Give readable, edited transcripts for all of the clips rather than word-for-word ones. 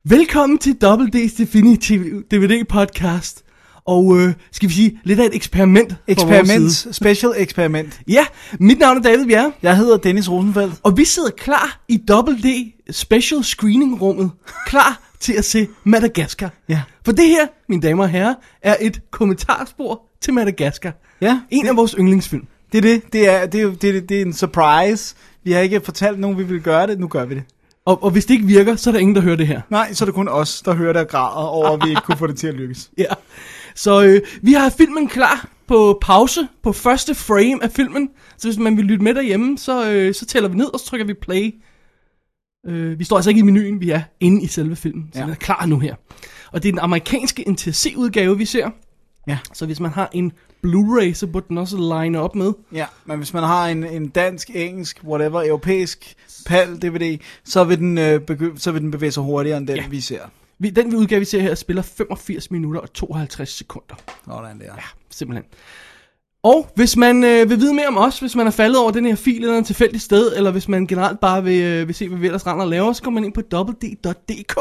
Velkommen til WD's Definitive DVD podcast. Og skal vi sige, lidt af et eksperiment. Special eksperiment. Ja, mit navn er David Bjerre. Jeg hedder Dennis Rosenfeldt. Og vi sidder klar i WD Special Screening rummet, klar til at se Madagascar. Ja. For det her, mine damer og herrer, er et kommentarspor til Madagascar. Ja. En af vores yndlingsfilm. Det er det. Det er en surprise. Vi har ikke fortalt nogen, vi vil gøre det. Nu gør vi det. Og hvis det ikke virker, så er der ingen, der hører det her. Nej, så er det kun os, der hører det og græder over, at vi ikke kunne få det til at lykkes. Ja. Så vi har filmen klar på pause på første frame af filmen. Så hvis man vil lytte med derhjemme, så tæller vi ned, og så trykker vi play. Vi står altså ikke i menuen, vi er inde i selve filmen. Så den er klar nu her. Og det er den amerikanske NTSC-udgave, vi ser. Ja. Så hvis man har en Blu-ray, så burde den også line op med. Ja, men hvis man har en dansk, engelsk, whatever, europæisk PAL-DVD, så vil den bevæge sig hurtigere end den, vi ser. Den udgave, vi ser her, spiller 85 minutter og 52 sekunder. Sådan der. Ja, simpelthen. Og hvis man vil vide mere om os, hvis man er faldet over den her fil eller en tilfældig sted, eller hvis man generelt bare vil se, hvad vi ellers render og laver, så går man ind på www.dk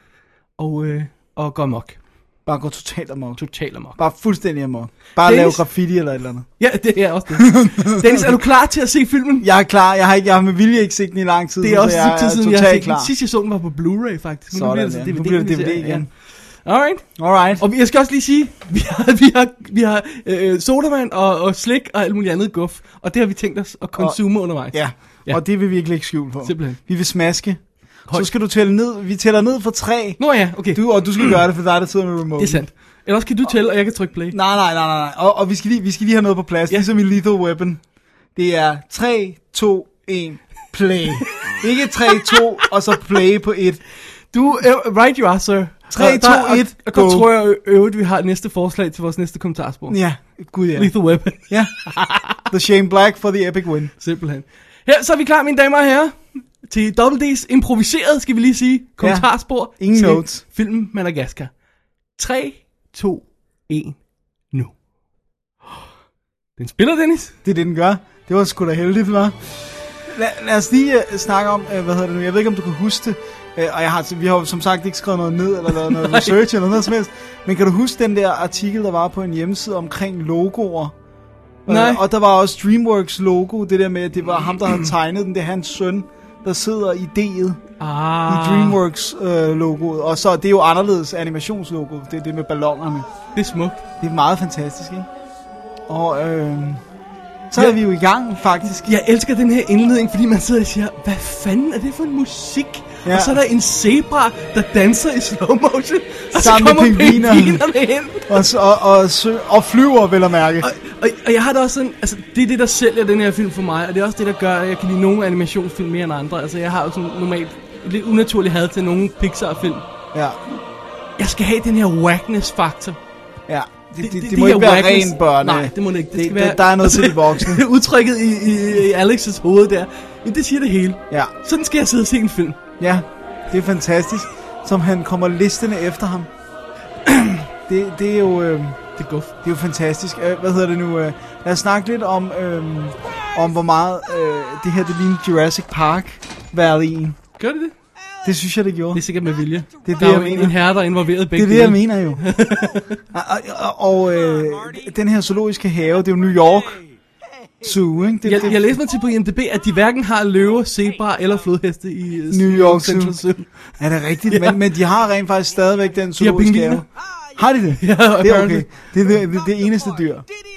og går amok. Bare gå totalt amok. Totalt amok. Bare fuldstændig amok. Bare lave graffiti eller et eller andet. Ja, det er også det. Dennis, er du klar til at se filmen? Jeg er klar. Jeg har med vilje ikke set den i lang tid. Det er også tid siden, jeg har set den. Sidst jeg så den var på Blu-ray faktisk. Sådan, nu bliver det DVD igen. Alright. Og jeg skal også lige sige, vi har sodavand og slik og alt muligt andet guf. Og det har vi tænkt os at consume undervejs. Ja, og det vil vi ikke lægge skjul på. Simpelthen. Vi vil smaske. Så skal du tælle ned. Vi tæller ned for 3. Nå ja, okay. Du skal gøre det, for dig, der sidder med remote. Det er sandt. Ellers kan du tælle, og jeg kan trykke play. Nej. Og vi skal lige have noget på plads. Ligesom i Lethal Weapon. Det er 3, 2, 1, play. Ikke 3, 2, og så play på 1. Du, right you are, sir. 3, 2, 1, go. Og tror jeg øvrigt, vi har næste forslag til vores næste kommentarspor. Ja, gud ja. Lethal Weapon. Ja. The Shane Black for the epic win. Simpelthen. Her, så er vi klar, mine damer og herrer. Til WD's improviseret, skal vi lige sige, kommentarspor. Ja, ingen notes. Filmen Madagascar. 3, 2, 1, nu. Den spiller, Dennis. Det er det, den gør. Det var sgu da heldigt, hva'? Lad os lige snakke om, hvad hedder det nu, jeg ved ikke, om du kan huske det, og vi har som sagt ikke skrevet noget ned, eller lavet noget research, eller noget som helst, men kan du huske den der artikel, der var på en hjemmeside omkring logoer? Nej. Og der var også DreamWorks logo, det der med, at det var ham, der havde tegnet den, det er hans søn, der sidder i D'et i DreamWorks logoet, og så det er jo anderledes animationslogoet, det er det med ballonerne. Det er smukt. Det er meget fantastisk, ikke? Og så er vi jo i gang, faktisk. Jeg elsker den her indledning, fordi man sidder og siger, hvad fanden er det for en musik? Ja. Og så er der en zebra, der danser i slow motion, og så kommer pingvinerne ind. Og flyver, vel at mærke. Og jeg har da også sådan, altså det er det, der sælger den her film for mig, og det er også det, der gør, at jeg kan lide nogle animationsfilm mere end andre. Altså jeg har jo sådan normalt lidt unaturligt had til nogle Pixar-film. Ja. Jeg skal have den her wackness-faktor. Ja. Det må ikke være ren børne. Nej, det må det ikke. Det skal være, der er noget til de voksne. Udtrykket i Alex's hoved der, det siger det hele. Ja. Sådan skal jeg sidde og se en film. Ja, det er fantastisk. Som han kommer listende efter ham. Det er jo... det er guf. Det er jo fantastisk. Hvad hedder det nu? Lad os snakke lidt om hvor meget det her, det ligner Jurassic Park-valien. Gør det det? Det synes jeg, det gjorde. Det er sikkert med vilje. Det er der det, er jo en herre, der er involveret begge. Det er det, jeg mener jo. og den her zoologiske have, det er jo New York Zoo, ikke? Jeg læste mig til på IMDb, at de hverken har løver, zebra eller flodheste i New York Central Zoo. Er det rigtigt? Ja. Men de har rent faktisk stadigvæk den zoologiske have. Har de det? Ja, det er okay. Det er det eneste dyr.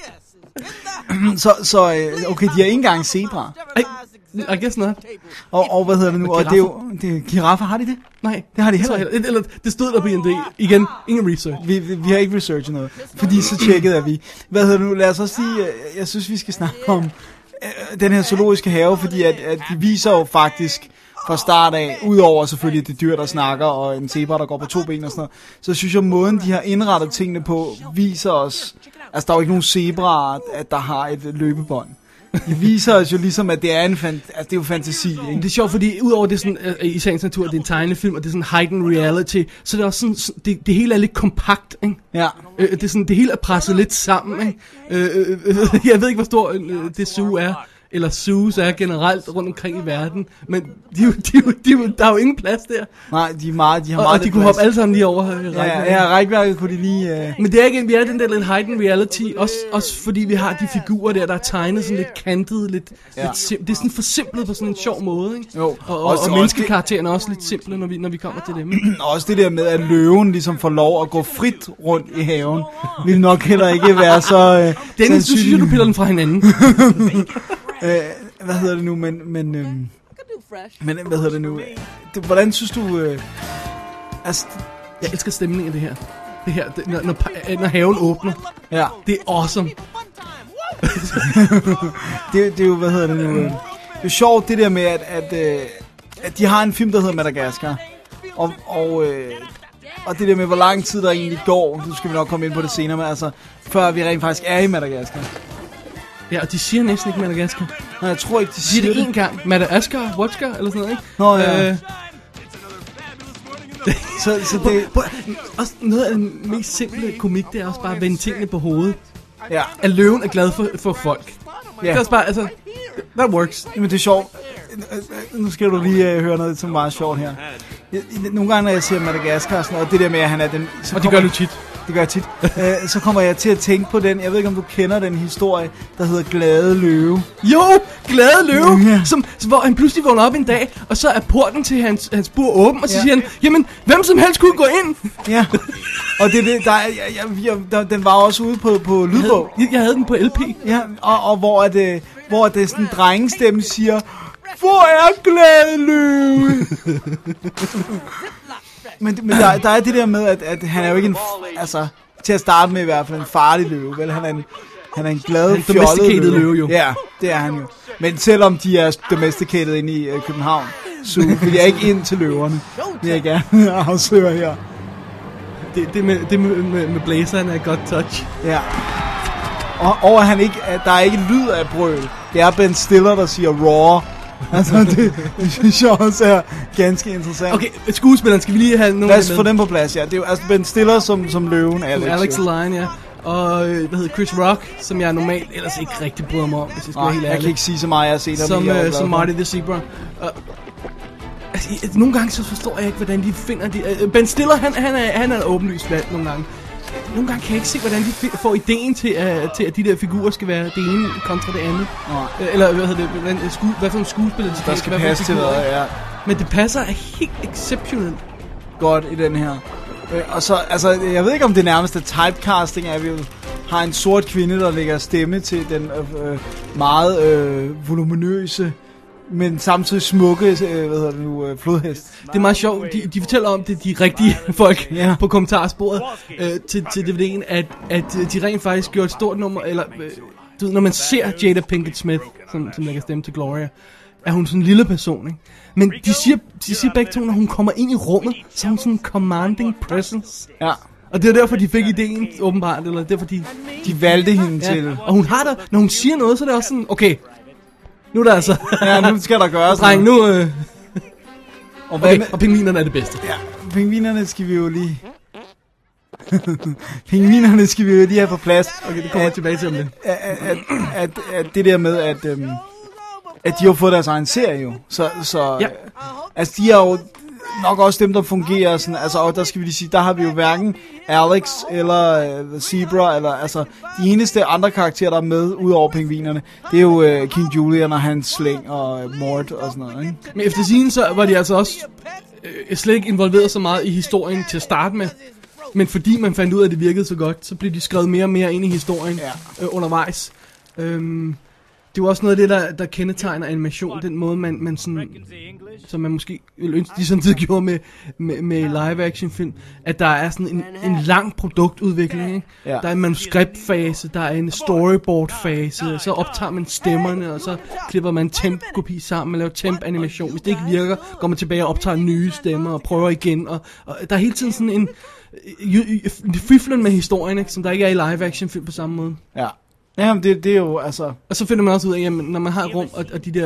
så okay, de har ikke engang zebra. I guess not. Og hvad hedder det nu? Og det er jo giraffer, har de det? Nej, det har de heller ikke. Eller det stod der på IMDb. Igen, ingen research. Vi har ikke researchet noget, fordi så tjekkede vi. Hvad hedder det nu? Lad os også sige, jeg synes vi skal snakke om den her zoologiske have, fordi at de viser jo faktisk fra start af, udover selvfølgelig det dyr, der snakker, og en zebra, der går på 2 ben og sådan noget, så synes jeg, måden de har indrettet tingene på, viser os, altså der er jo ikke nogen zebraer, at der har et løbebånd. De viser os jo ligesom, at det er det er jo fantasi, ikke? Det er sjovt, fordi udover det sådan, i sagens natur, det er en tegnefilm, og det er sådan heightened reality, så det er også sådan, det hele er lidt kompakt, ikke? Ja. Det er sådan, det hele er presset lidt sammen, ikke? Jeg ved ikke, hvor stor det zoo er eller zoos er generelt rundt omkring i verden, men der er jo ingen plads der. Nej, de har meget og de kunne hoppe alle sammen lige over rækværket. Ja, rækværket kunne de lige... Men det er ikke, vi er den der lidt heightened reality, også fordi vi har de figurer der er tegnet sådan lidt kantet, lidt det er sådan forsimplet på sådan en sjov måde, ikke? Jo. Og menneskekaraktererne er også lidt simple, når vi kommer til dem. Også det der med, at løven ligesom får lov at gå frit rundt i haven, vil nok heller ikke være så... Dennis, du synes, du piller den fra hinanden. Hvad hedder det nu, men hvad hedder det nu? Hvordan synes du... Altså, jeg elsker stemningen af det her. Når haven åbner. Ja. Det er awesome. det er jo, hvad hedder det nu? Det er jo sjovt det der med, at de har en film, der hedder Madagascar. Og det der med, hvor lang tid der egentlig går, nu skal vi nok komme ind på det senere, men altså, før vi rent faktisk er i Madagascar. Ja, og de siger næsten ikke Madagascar. Nej, jeg tror ikke, de siger det en gang. Madagascar, Watchka, eller sådan noget, ikke? Nå, ja. Så det... Også noget af den mest simple komik, det er også bare at vende tingene på hovedet. Ja. At løven er glad for folk. Ja. Det er også bare, altså, that works. Men det er sjovt. Nu skal du lige høre noget, som er meget sjovt her. Nogle gange, når jeg ser Madagascar og sådan noget, det der med, at han er den... Og det gør du tit. Det gør jeg tit. Så kommer jeg til at tænke på den, jeg ved ikke, om du kender den historie, der hedder Glade Løve. Jo, Glade Løve, ja. Hvor han pludselig vågner op en dag, og så er porten til hans bur åben, og så siger han, jamen, hvem som helst kunne gå ind. Ja, og den var også ude på lydbog. Jeg havde den på LP. Ja, og hvor det sådan en drengestemme siger, hvor er Glade Løve? Men der er det der med, at han er jo ikke en... Altså, til at starte med i hvert fald en farlig løve, vel? Han er en glad, fjollet løve, jo. Ja, det er han jo. Men selvom de er domesticated inde i København, så vil jeg ikke ind til løverne. Det vil jeg gerne afsløre her. Det med blæseren er et godt touch. Ja. Og at der er ikke lyd af brøl. Det er Ben Stiller, der siger roar. Altså, det synes jeg også er ganske interessant. Okay, skuespilleren, skal vi lige have nogen med? Lad os få dem på plads, ja. Det er jo altså Ben Stiller som løven, Alex Line, ja. Og hvad hedder Chris Rock, som jeg normalt ellers ikke rigtig bryder mig om, hvis jeg skal være helt ærlig. Jeg kan ikke sige så meget, jeg har set ham. Som Marty the Zebra. Altså, nogle gange så forstår jeg ikke, hvordan de finder de... Ben Stiller, han er åbenlyst valgt nogle gange. Nogle gange kan jeg ikke se, hvordan de får ideen til, at de der figurer skal være det ene kontra det andet. Eller hvad hedder det? Hvad for en skuespiller der skal passe til noget, ja. Men det passer helt exceptionelt godt i den her. Og så, altså, jeg ved ikke, om det nærmeste typecasting er, at vi har en sort kvinde, der lægger stemme til den meget voluminøse, men samtidig smukke, flodhest. Det er meget sjovt. De fortæller om det, de rigtige folk på kommentarsporet til DVD'en, at de rent faktisk gjorde et stort nummer, eller når man ser Jada Pinkett Smith, som lægger stemme til Gloria, er hun sådan en lille person, ikke? Men de siger begge to, når hun kommer ind i rummet, så er hun sådan en commanding presence. Ja. Og det er derfor, de fik ideen, åbenbart, eller derfor de valgte hende til. Og hun har der, når hun siger noget, så er det også sådan, okay, nu er der altså... Ja, nu skal der gøres noget. Dreng, nu... Og pingvinerne er det bedste. Ja, pingvinerne skal vi jo lige... Pingvinerne skal vi jo lige have på plads. Okay, det kommer jeg tilbage til om lidt. At det der med, at de har fået deres egen serie jo. Så ja. Altså, de er jo nok også dem, der fungerer sådan, altså, og der skal vi lige sige, der har vi jo hverken Alex eller Zebra, eller altså, de eneste andre karakterer, der er med, udover pingvinerne, det er jo King Julian og hans slæng og Mort og sådan noget, ikke? Men efter sigende, så var de altså også slet ikke involveret så meget i historien til at starte med, men fordi man fandt ud af, at det virkede så godt, så blev de skrevet mere og mere ind i historien undervejs. Det er jo også noget af det, der kendetegner animation, den måde, man sådan, som man måske ville ønske, de samtidig gjorde med live-action film, at der er sådan en lang produktudvikling, ikke? Ja. Der er en manuskriptfase, der er en storyboard-fase, så optager man stemmerne, og så klipper man temp-kopi sammen, man laver temp-animation. Hvis det ikke virker, går man tilbage og optager nye stemmer, og prøver igen, og der er hele tiden sådan en fiflen med historien, ikke? Som der ikke er i live-action film på samme måde. Ja. Jamen, det er jo, altså... Og så finder man også ud af, at når man har et rum, og de der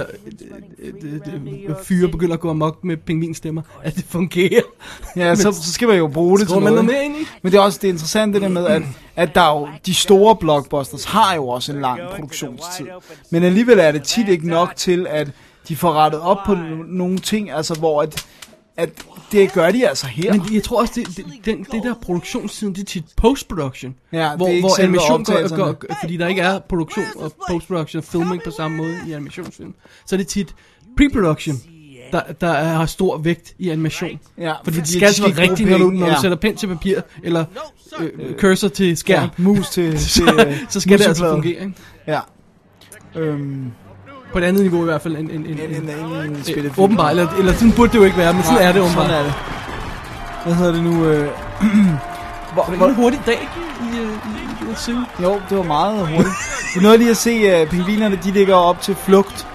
fyre begynder at gå amok med pingvinstemmer, at det fungerer. Ja, så skal man jo bruge det til noget. Mere ind i? Men det er også det interessante det der med, at der jo, de store blockbusters har jo også en lang produktionstid. Men alligevel er det tit ikke nok til, at de får rettet op på nogle ting, altså hvor at det gør de altså her. Men jeg tror også, det der produktionstiden, det er tit post-production. Ja, hvor animation går, fordi der ikke er produktion og post-production og filming på samme måde i animationsfilm. Så er det tit pre-production, der har stor vægt i animation. Ja, fordi det skal være rigtigt, når du sætter pen til papir, eller cursor til skærm. Ja, mus til så skal det altså fungere, ikke? Ja. På et andet niveau i hvert fald en spillefilm. Åbenbart, eller sådan burde det jo ikke være, men sådan er det åbenbart. Sådan er det. Hvad hedder det nu? Var det en hurtig dag i zoo? Jo, det var meget hurtigt. Vi nåede lige at se pingvinerne, de ligger op til flugt.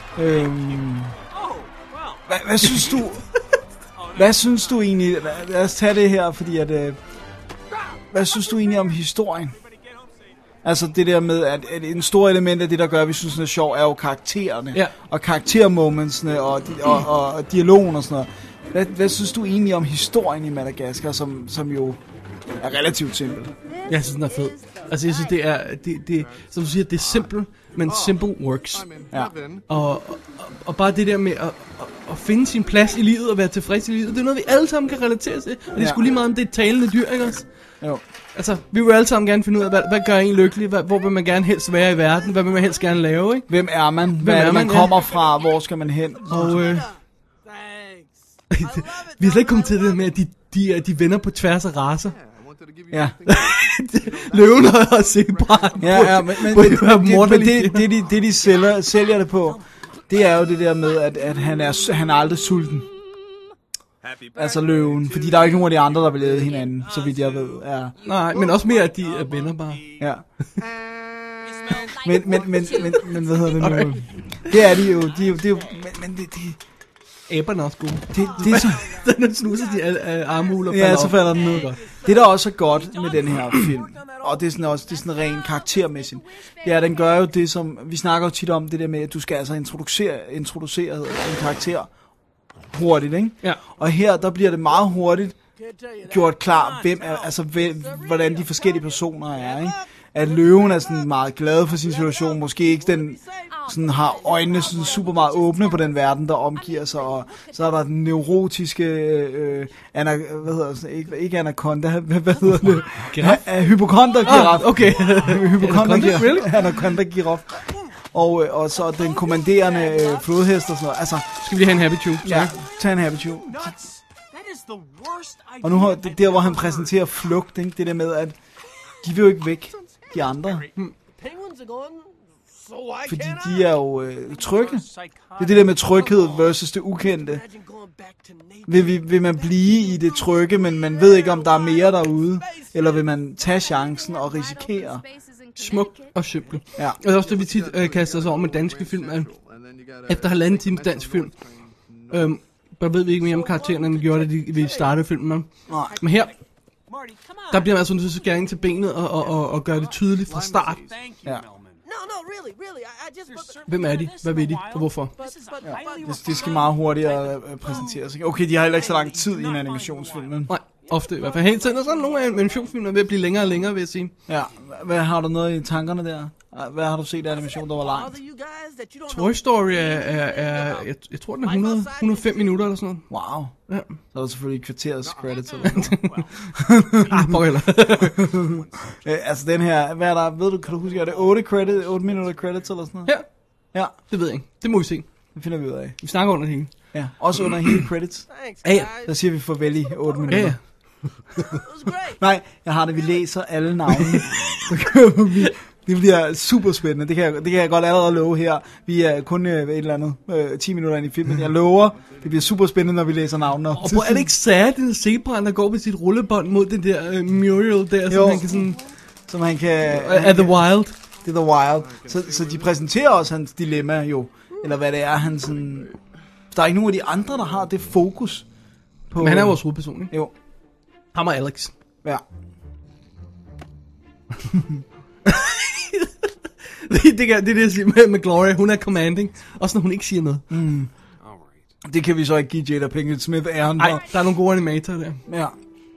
Hvad synes du? Hvad synes du egentlig? Lad os tage det her, fordi at... hvad synes du egentlig om historien? Altså det der med, at en stor element af det, der gør, at vi synes, det er sjov, er jo karaktererne. Ja. Og karaktermomentsene og dialogen og sådan noget. Hvad synes du egentlig om historien i Madagascar, som jo er relativt simpel? Jeg synes, den er fed. Altså jeg synes, det er som du siger, det er simpelt, men simple works. Ja. Og bare det der med at finde sin plads i livet og være tilfreds i livet, det er noget, vi alle sammen kan relatere til. Og det er sgu lige meget om det er talende dyr, ikke også? Jo. Altså, vi vil alle sammen gerne finde ud af, hvad gør en lykkelig? Hvor vil man gerne helst være i verden? Hvad vil man helst gerne lave, ikke? Hvem er man? Hvad er man kommer fra? Hvor skal man hen? Og vi har slet ikke kommet til det med, at de vender på tværs af racer. Ja. Løven og zebraen. Ja, men det de sælger det på, det er jo det der med, at han er aldrig sulten. Altså løven, fordi der er ikke nogen af de andre, der vil æde hinanden, så vidt jeg ved. Ja. Nej, men også mere, at de er venner bare. Ja. men hvad hedder det nu? Okay. Det er de jo, men det æberne er også gode. Det er så... Den snuser de armhuler. Ja, så falder den ned godt. Det der også er godt med den her film, og det er sådan også, det er sådan rent karaktermæssigt, det er, den gør jo det, som vi snakker jo tit om, det der med, at du skal altså introducere en karakter hurtigt, ikke? Ja. Og her, der bliver det meget hurtigt gjort klar, hvordan de forskellige personer er, ikke? At løven er sådan meget glad for sin situation, måske ikke den sådan har øjnene sådan super meget åbne på den verden, der omgiver sig, og så er der den neurotiske ikke anaconda, hvad hedder det? Giraf? Hypokonter-giraf. Okay. Anaconda-giraf. Og så den kommanderende flodhest og sådan noget. Altså, skal vi have en happy tube? Ja, tag en happy tube. Og nu har det der, hvor han præsenterer flugt, ikke? Det der med, at de vil jo ikke væk, de andre. Fordi de er jo trygge. Det er det der med tryghed versus det ukendte. Vil man blive i det trygge, men man ved ikke, om der er mere derude? Eller vil man tage chancen og risikere? Smukt og simpelt. Ja. Og det er også det, vi tit kaster os over med danske film. Efter 1,5 times dansk film, der ved vi ikke mere om karaktererne, end vi gjorde det, vi startede filmen. Nej. Men her, der bliver man altså nødt til at skære til benet og gøre det tydeligt fra start. Ja. Hvem er de? Hvad ved de? Og hvorfor? Ja. Det skal meget hurtigt at præsenteres. Okay, de har heller ikke så lang tid i en animationsfilm. Men... Nej, ofte i hvert fald. Helt tiden er sådan nogle animationsfilmer ved at blive længere og længere, vil jeg sige. Ja, hvad har du noget i tankerne der? Hvad har du set af animation, der var langt? Toy Story er jeg tror den er 105 minutter eller sådan noget. Wow. Ja. Så er der selvfølgelig kvarters credits. Altså den her, hvad er der, ved du, kan du huske, er det 8 minutter credits eller sådan noget? Ja. Det ved jeg ikke. Det må vi se. Det finder vi ud af. Vi snakker under det hele. Ja, også under hele credits. Ja. Der siger vi farvel i 8 minutter. Ja. Nej, jeg har det, vi læser alle navne. Det bliver super spændende. Det kan jeg godt allerede love her. Vi er kun et eller andet 10 minutter ind i filmen. Jeg lover, det bliver super spændende, når vi læser navnene. Og er det ikke sad, den zebraen, der går med sit rullebånd mod den der Muriel der, så han kan sådan... Som han kan... At The Wild. Det er The Wild. Så de præsenterer også hans dilemma jo. Eller hvad det er, han sådan... Der er ikke nogen af de andre, der har det fokus på... Men han er vores hovedperson, ikke? Jo. Ham og Alex. Ja. det er det, jeg siger med Gloria. Hun er commanding, også når hun ikke siger noget. Det kan vi så ikke give Jada Pinkett Smith æren for. Nej, der er nogle gode animatorer der. Ja.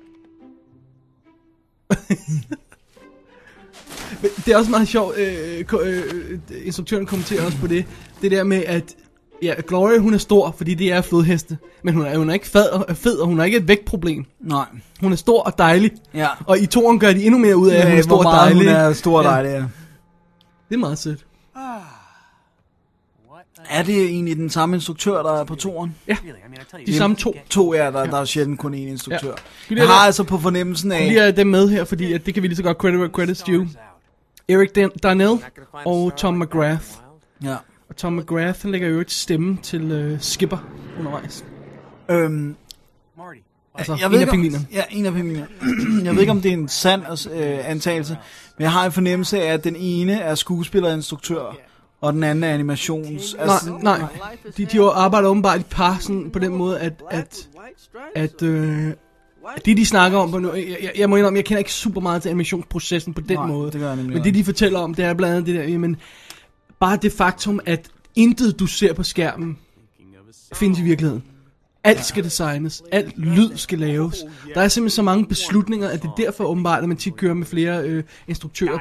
Det er også meget sjovt, instruktøren kommenterer også på det. Det der med, at Gloria, hun er stor, fordi det er flodheste. Men hun er ikke fed, og hun er ikke et vægtproblem. Nej. Hun er stor og dejlig. Ja. Og i toren gør de endnu mere ud af, at hun er stor og dejlig. Hun er stor og dejlig, ja. Det er meget sødt. Er det egentlig den samme instruktør, der er på toren? Ja, de samme to. To, ja, der er sjældent kun én instruktør. Ja. Jeg har altså på fornemmelsen af... Lige er dem med her, fordi at det kan vi lige så godt credit's due. Eric Darnell og Tom McGrath. Ja. Og Tom McGrath, han lægger jo et stemme til Skipper undervejs. Altså, en af pingvinerne. Ja, en af pingvinerne. Jeg ved ikke, om det er en sand antagelse, men jeg har en fornemmelse af, at den ene er skuespiller og instruktør, og den anden er animations... Nej. De arbejder åbenbart i par sådan, på den måde, at det de snakker om på nu, jeg må indrømme, jeg kender ikke super meget til animationsprocessen på den måde. Det gør jeg nemlig. Men det de fortæller om, det er blandt andet det der, jamen, bare det faktum, at intet du ser på skærmen findes i virkeligheden. Alt skal designes, alt lyd skal laves. Der er simpelthen så mange beslutninger, at det er derfor åbenbart, at man tit kører med flere instruktører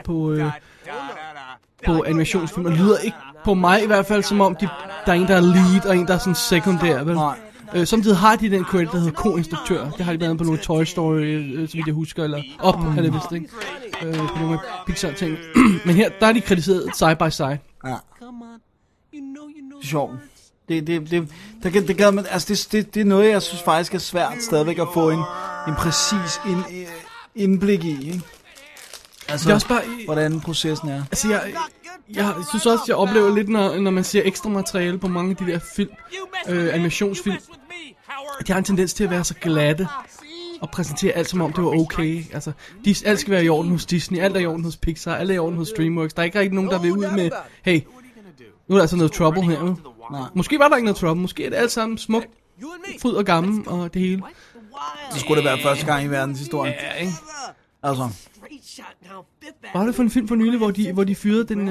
på animationsfilm. Og lyder ikke på mig i hvert fald som om, der er en, der er lead, og en, der er sådan sekundær. Vel? Samtidig har de den credit, der hedder co-instruktør. Det har de blandt andet på nogle Toy Story, så vidt jeg husker, eller Up, er det vist, ikke? På nogle Pixar-ting. Men her, der er de kritiseret side by side. Ja. Sjovt. Det er noget, jeg synes faktisk er svært stadigvæk at få en præcis indblik i, ikke? Altså, også bare, hvordan processen er. Altså, jeg synes også, jeg oplever lidt, når man ser ekstra materiale på mange af de der film, animationsfilm, de har en tendens til at være så glatte og præsentere alt som om det var okay. Altså, alt skal være i orden hos Disney, alt er i orden hos Pixar, alt er i orden hos DreamWorks. Der er ikke rigtig nogen, der vil ud med, hey, nu er der altså noget trouble her. Nu. Måske var der ikke noget trouble, måske er det alt sammen smukt, fryd og gammel og det hele. Så skulle det være første gang i verdenshistorien. Ja, ikke? Altså. Var det for en film for nylig, hvor de fyrede den,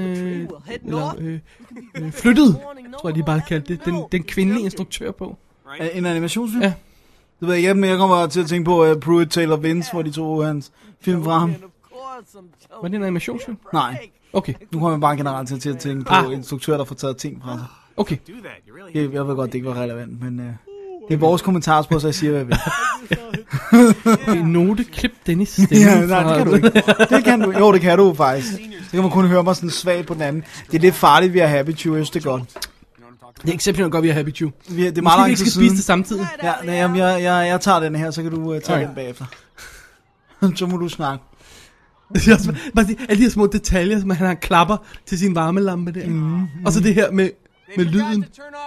flyttede, tror jeg de bare kaldte det, den kvindelige instruktør på. En animationsfilm? Ja. Det ved jeg ikke, men jeg kommer til at tænke på Pruitt Taylor Vince, hvor de tog hans film fra ham. Var det en animationsfilm? Nej. Okay. Nu kommer jeg bare generelt til at tænke på instruktører, der får taget ting fra sig. Okay. Jeg ved godt, det ikke var relevant, men det er vores kommentarer på, så jeg siger, hvad jeg vil. Okay, note, klip Dennis stemme. Ja, nej, det kan du ikke. Det kan du. Jo, det kan du faktisk. Så kan man kun høre mig sådan svagt på den anden. Det er lidt farligt, vi har Happy Chew, det er godt. Det er exceptionelt godt, vi har Happy Chew. Det er meget lang tid siden. Vi skal spise det samtidig. Ja, jeg tager den her, så kan du tage den bagefter. Så må du snakke. Bare alle de her små detaljer, som han klapper til sin varmelampe der. Og så det her med lyden.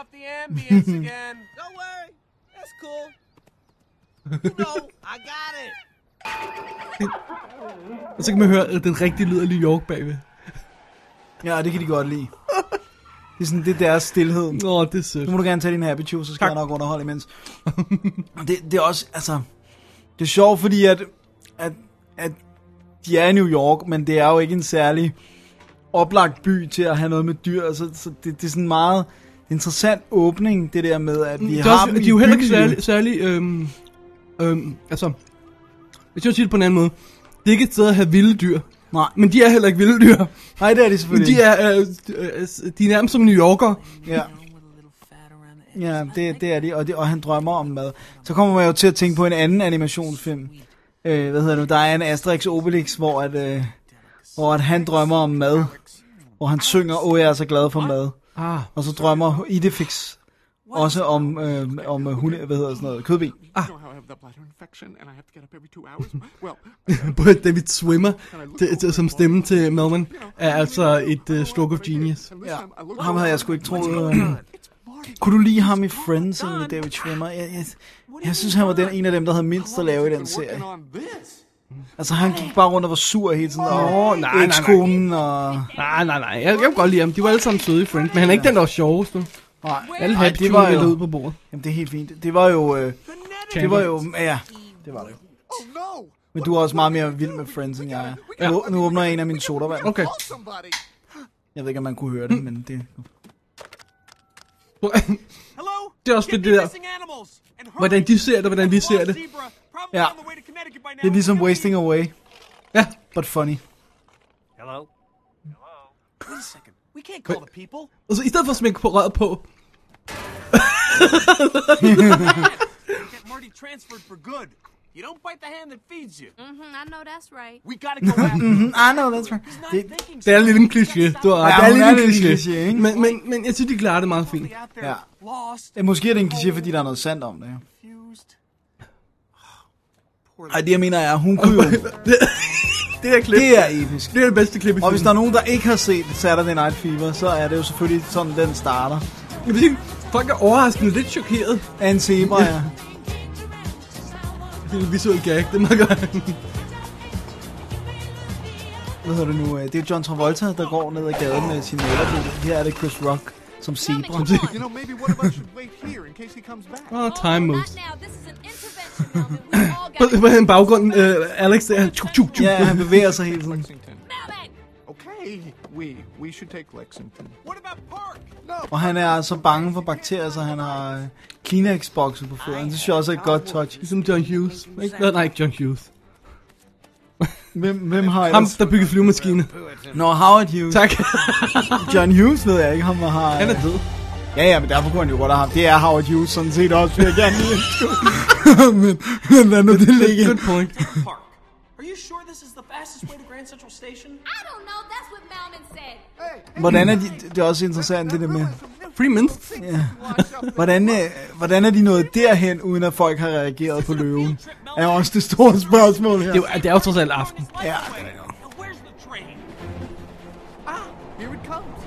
Og så kan man høre den rigtige lyd af New York bagved. Ja, det kan de godt lide. Det er sådan, det er deres stillhed. Det er sødt. Nu må du gerne tage din Happy Chew, så skal jeg nok underholde imens. Det er også, altså, det er sjovt, fordi at de er i New York, men det er jo ikke en særlig oplagt by til at have noget med dyr, altså, så det er sådan en meget interessant åbning, det der med, at vi har dem i byen. De er jo heller ikke særlig altså, hvis jeg siger det på en anden måde, det er ikke et sted at have vilde dyr. Nej. Men de er heller ikke vilde dyr. Nej, det er de selvfølgelig. De er nærmest som New Yorker. Ja. Ja, det er de, og han drømmer om mad. Så kommer man jo til at tænke på en anden animationsfilm. Der er en Asterix Obelix, hvor at han drømmer om mad. Hvor han synger, jeg er så glad for mad. Og så drømmer Idefix også om kødben. David Schwimmer som stemme til Melman er altså et stroke of genius. Ja. Ham havde jeg sgu ikke troet. Kunne du lide ham i Friends, egentlig, David Schwimmer? Jeg synes, han var en af dem, der havde mindst at lave i den serie. Altså, han gik bare rundt og var sur hele tiden. Nej. Ekskonen og... Nej. Jeg kan godt lide ham. De var alle sammen søde i Friends, men han er ikke den, der var sjovest. Nej. Alle Happy Chew var ud på bordet. Jamen, det er helt fint. Det var jo... Ja, det var det jo. Men du er også meget mere vild med Friends, end jeg er. Nu åbner jeg en af mine sodavand. Okay. Jeg ved ikke, om man kunne høre det, men det... Det er også fedt, det der. Hvordan de ser det, hvordan vi ser det. Ja. Det er ligesom Wasting Away. Ja. But funny. Hello? Wait a second. We can't call the people. Og så i stedet for at smække på røret på. Get Marty transferred for good. You don't bite the hand that feeds you. I know that's right. We gotta go after him. I know, that's right. Det er lidt en kliché. Du har ret. Ja, Det er lidt en kliché, ikke? Men jeg synes, de klarer det meget fint. Ja. Måske er det en kliché, fordi der er noget sandt om det. Ej, det jeg mener er, hun kunne jo... Det er klip. Det er episk. Det er det bedste klip i filmen. Og hvis der er nogen, der ikke har set Saturday Night Fever, så er det jo selvfølgelig sådan, den starter. Jeg vil sige, folk er overraskende lidt chokeret. Af en zebra, ja. Det er en visuel gag, det er meget godt. Hvad hedder det nu? Det er John Travolta, der går ned ad gaden med sin nætter. Her er det Chris Rock som zebra. You know, maybe one of us should wait here in case he comes back. Time moves. Not now. This is an intervention, Melvin. We've all got På en baggrund, Alex der, han tjuk. Ja, han bevæger sig hele tiden. Melvin. Okay, we should take Lexington. What about Park? No. Og han er så bange for bakterier, så han har Kleenex-bokset på fødderne. Det synes jeg også er et godt touch. Ligesom John Hughes. Nej, ikke John Hughes. Hvem har Ham, ellers? der byggede flyvemaskine. Nå, Howard Hughes. Tak. John Hughes ved jeg ikke, ham har... Han er død. Ja, men derfor kunne han jo godt have ham. Det er Howard Hughes sådan set også, vil jeg gerne lige men lad nu det ligge. Good point. Park. Are you sure this is the fastest way to Grand Central Station? I don't know. That's what Melvin said. Hvordan er de... Det er også interessant, det der med... Free mints. Ja. Hvordan er de nået derhen, uden at folk har reageret på løven? Er også det store spørgsmål her. Det er jo trods alt aften. Ja, Now, where's the train? Here it comes.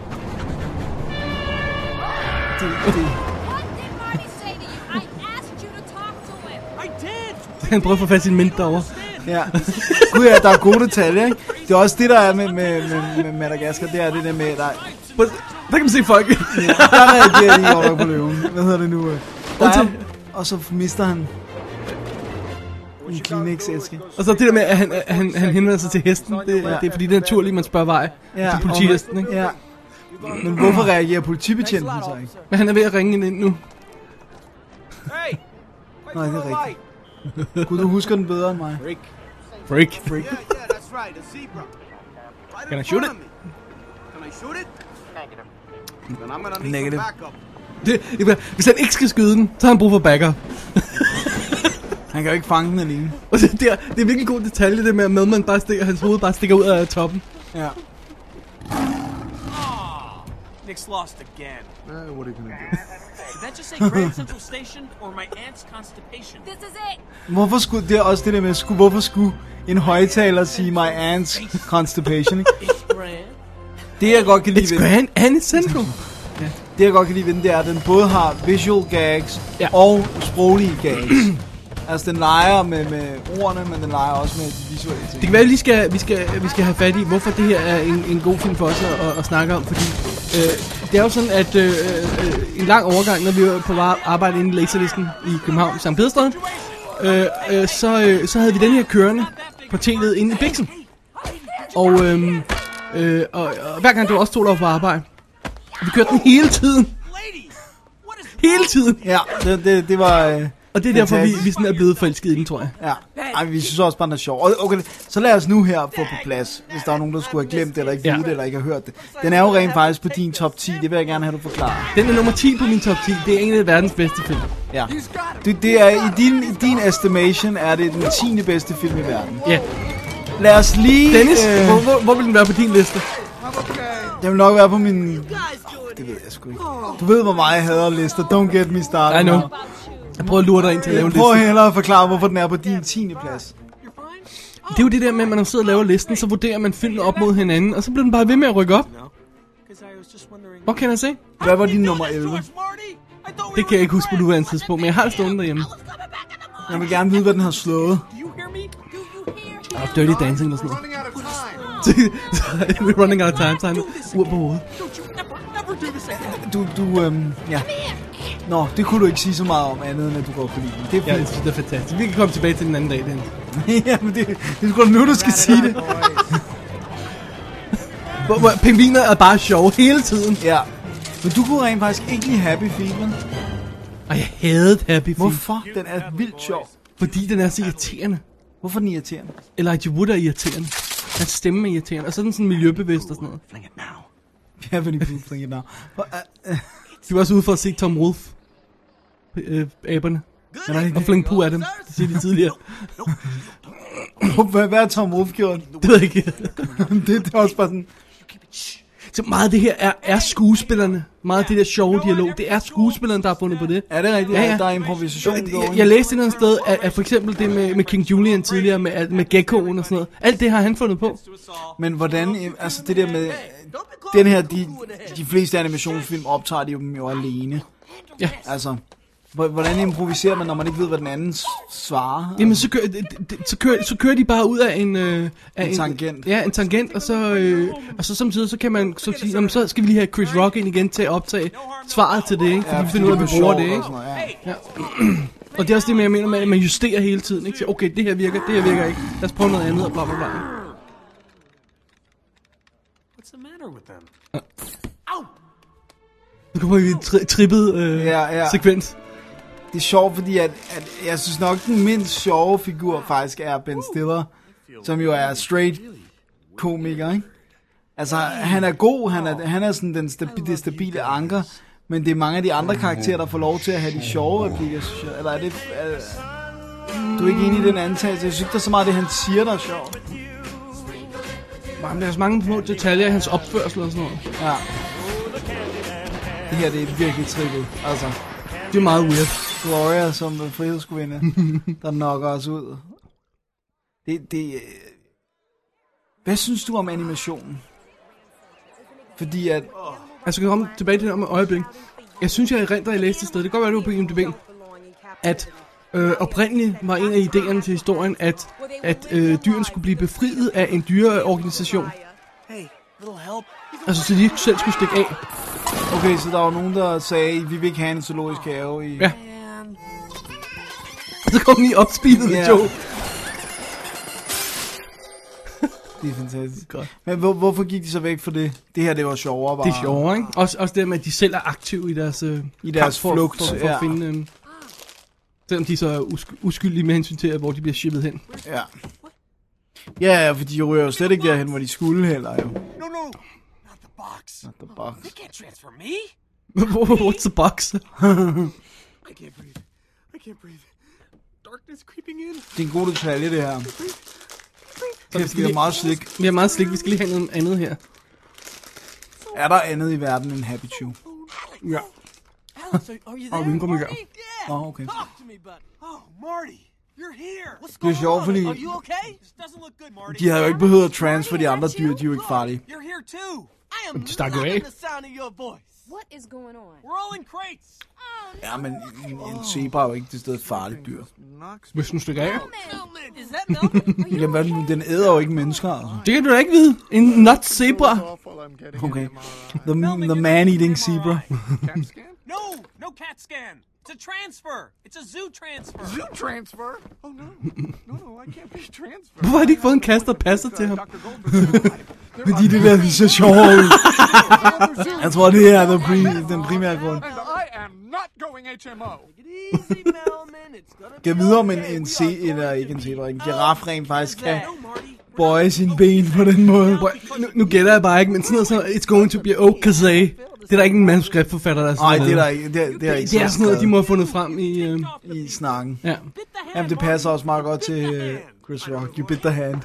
det, What did Marty say to you? I asked you to talk to him. I did. Han prøver at få fast i en mint derovre. ja. Gud ja, der er gode detaljer, ikke? Det er også det, der er med Madagaskar, det er det der med, der Der kan man se folk. der reagerer de godt nok på løven. Hvad hedder det nu? Der er, og så mister han en Kleenex-æske. Og så det der med, at han henvender sig til hesten. Det er fordi, det er naturligt, man spørger vej til politihesten, ikke? Ja. Men hvorfor reagerer politibetjenten så ikke? Men han er ved at ringe ind nu. Hey. Nej, det er rigtigt. Gud, du husker den bedre end mig. Freak. Yeah, that's right, a zebra. Right Can I in shoot front of me. Can I shoot it? Negative. Then I'm gonna need Negative. some backup. Hvis han ikke skal skyde den, så har han brug for backup. Han kan jo ikke fange den alene. Og det er virkelig en god detalje, det med, at Melman bare stikker, hans hoved bare stikker ud af toppen. Ja. Nick's lost again. What are you gonna do? Did that just say Grand Central Station or my aunt's constipation? This is it. Hvorfor skulle, det er også det der med, hvorfor skulle en højtaler sige my aunt's constipation, ikke? It's grand. Det jeg godt kan lide It's ved den, grand and it's central. det jeg godt kan lide ved den, det er, at den både har visual gags og sproglige gags. Altså den leger med ordene, men den leger også med de visuelle ting. Det kan være, at vi skal have fat i, hvorfor det her er en god film for os at snakke om, fordi det er jo sådan, at en lang overgang, når vi var på arbejde inde i Laserlisten i København, Sankt Pederstræde, så havde vi den her kørende på tv'et inde i Bixen. Og hver gang det var også 2 år på arbejde, vi kørte den hele tiden. Hele tiden. Ja, det var... Og det er derfor, vi sådan er blevet forelsket i den, tror jeg. Ja, ej, vi synes også bare, den er sjov. Okay, så lad os nu her få på plads, hvis der er nogen, der skulle have glemt det, eller ikke vide det, eller ikke har hørt det. Den er jo rent faktisk på din top 10, det vil jeg gerne have, du forklarer. Den er nummer 10 på min top 10. Det er en af verdens bedste film. Ja. Det er, i din estimation, er det den 10. bedste film i verden. Ja. Lad os lige... Dennis, hvor vil den være på din liste? Den vil nok være på min... det ved jeg sgu ikke. Du ved, hvor meget jeg hader lister. Don't get me started. I know. Jeg prøver at lure dig ind til at lave en liste. Prøv hellere at forklare, hvorfor den er på din 10. plads. Det er jo det der med, at man sidder og laver listen, så vurderer man filmen op mod hinanden, og så bliver den bare ved med at rykke op. Hvor kan jeg se? Hvad var din nummer 11? Det kan jeg ikke huske på nuværende tidspunkt, men jeg har det stående derhjemme. Jeg vil gerne vide, hvad den har slået. Og Dirty Dancing og sådan noget. We're running out of time, så har han ur på hovedet. Ja. Nå, det kunne du ikke sige så meget om andet, end at du går på livet. Det er Ja, fint. jeg synes, det er fantastisk. Vi kan komme tilbage til den anden dag, den. Ja, men det er sgu da nu, du skal sige det. hvor pingviner er bare sjove hele tiden. Ja. Men du kunne rent faktisk ikke lide Happy Feet, vel? Og jeg hadede Happy Feet. Hvorfor? Den er vildt sjov. Fordi den er så irriterende. Hvorfor den irriterende? Elijah Wood er irriterende. Hans stemme er irriterende. Og så er den sådan miljøbevidst og sådan noget. Fling it now. Ja, fordi du flinker now. De var også ude for at se Tom Wolfe. Aberne. Og flinke på af dem. Det siger de tidligere. Hvad er Tom Wolfe gjort? Det ved jeg ikke. Det er også bare sådan... Så meget af det her er skuespillerne. Meget af det der sjove dialog. Det er skuespillerne, der har fundet på det. Er det rigtigt? Ja. Der er improvisation. Jeg læste et eller andet sted, at for eksempel det med King Julian tidligere, med geckoen og sådan noget. Alt det har han fundet på. Men hvordan, altså det der med, den her, de fleste animationsfilm optager de jo alene. Ja. Altså, hvordan improviserer man, når man ikke ved, hvad den anden svarer? Jamen, så kører de bare ud af en tangent. Ja, en tangent, og så samtidig så kan man så sige, jamen, så skal vi lige have Chris Rock ind igen til at optage svaret til det, ikke? Fordi vi finder ud af, at vi bruger det, ikke? Ja. Og det er også det, jeg mener med, at man justerer hele tiden, ikke? Så, okay, det her virker ikke. Lad os prøve noget andet, og bla bla bla. What's the matter with them? Nu kommer vi i en trippet sekvens. Det er sjovt, fordi at jeg synes nok, den mindst sjove figur faktisk er Ben Stiller, som jo er straight komiker, ikke? Altså, han er god, han er sådan det stabile anker, men det er mange af de andre karakterer, der får lov til at have de sjove replikker, synes jeg. Eller er det... du er ikke enig i den antagelse? Jeg synes, der er så meget det, han siger, der er sjovt. Men der er så mange små detaljer i hans opførsel og sådan noget. Ja. Det her, det er virkelig trippet, altså. Det er meget weird. Gloria som frihedskuvinde, der knocker os ud. Hvad synes du om animationen? Fordi at... Altså, jeg kan komme tilbage til det om et øjeblik. Jeg synes, jeg erindrer, jeg læste et sted. Det kan godt være, det var på IMDb. At oprindeligt var en af idéerne til historien, at dyrene skulle blive befriet af en dyreorganisation. Altså, så de ikke selv skulle stikke af. Okay, så der var nogen, der sagde, vi vil ikke have en zoologisk have i... Ja. Så kom den i opspeedet med Joe. Det er fantastisk. Godt. Men hvorfor gik de så væk fra det? Det her, det var sjovere bare. Det er sjovere, ikke? Også det med, at de selv er aktive i deres flugt. For at finde... selvom de så er uskyldige med hensyn til, hvor de bliver shippet hen. Ja. Ja, for de ryger jo slet ikke derhen, hvor de skulle heller jo. No. Not the box. Not the box. They can't transfer me. What's the box? I can't breathe. Darkness creeping in. Det er en god detalje, det her. Det er meget slik. Vi har meget slik. Vi skal lige have noget andet her. Er der andet i verden end Happy Chew? Ja. Og vi kommer i gang. Okay. Talk to me, buddy. Oh, Marty. You're here. What's Det er sjovt, fordi Are you okay? This doesn't look good, Marty. de har jo ikke behøvet at transfer de andre dyr, de er jo ikke farlige. You're here too. I am stak jo af. loving the sound of your voice. What is going on? We're all in crates. Ja, men en zebra er jo ikke det sted et farligt dyr. Hvis den stikker af. Is that Melman? Jamen, den æder jo ikke mennesker, altså. Det kan du da ikke vide. En nut zebra. Okay. The man-eating zebra. No CAT scan. It's a transfer. It's a zoo transfer. Zoo transfer? Oh no. No, I can't be transferred. Hvorfor har de ikke fået en kasse, der passer til ham? Fordi det der ser sjovt ud. Jeg tror, det er den primære grund. And I am not going HMO. Easy, Melman. It's gonna Jeg ved om en giraf rent faktisk kan bøje sine ben på den måde. Nu gætter jeg bare ikke, men sådan noget så it's going to be okay. Det er der ikke en manuskriptforfatter, der Nej, det er der ikke. Det er det er sådan noget, de må have fundet frem i snakken. Ja. Jamen, det passer også meget godt til Chris Rock. You bit the hand.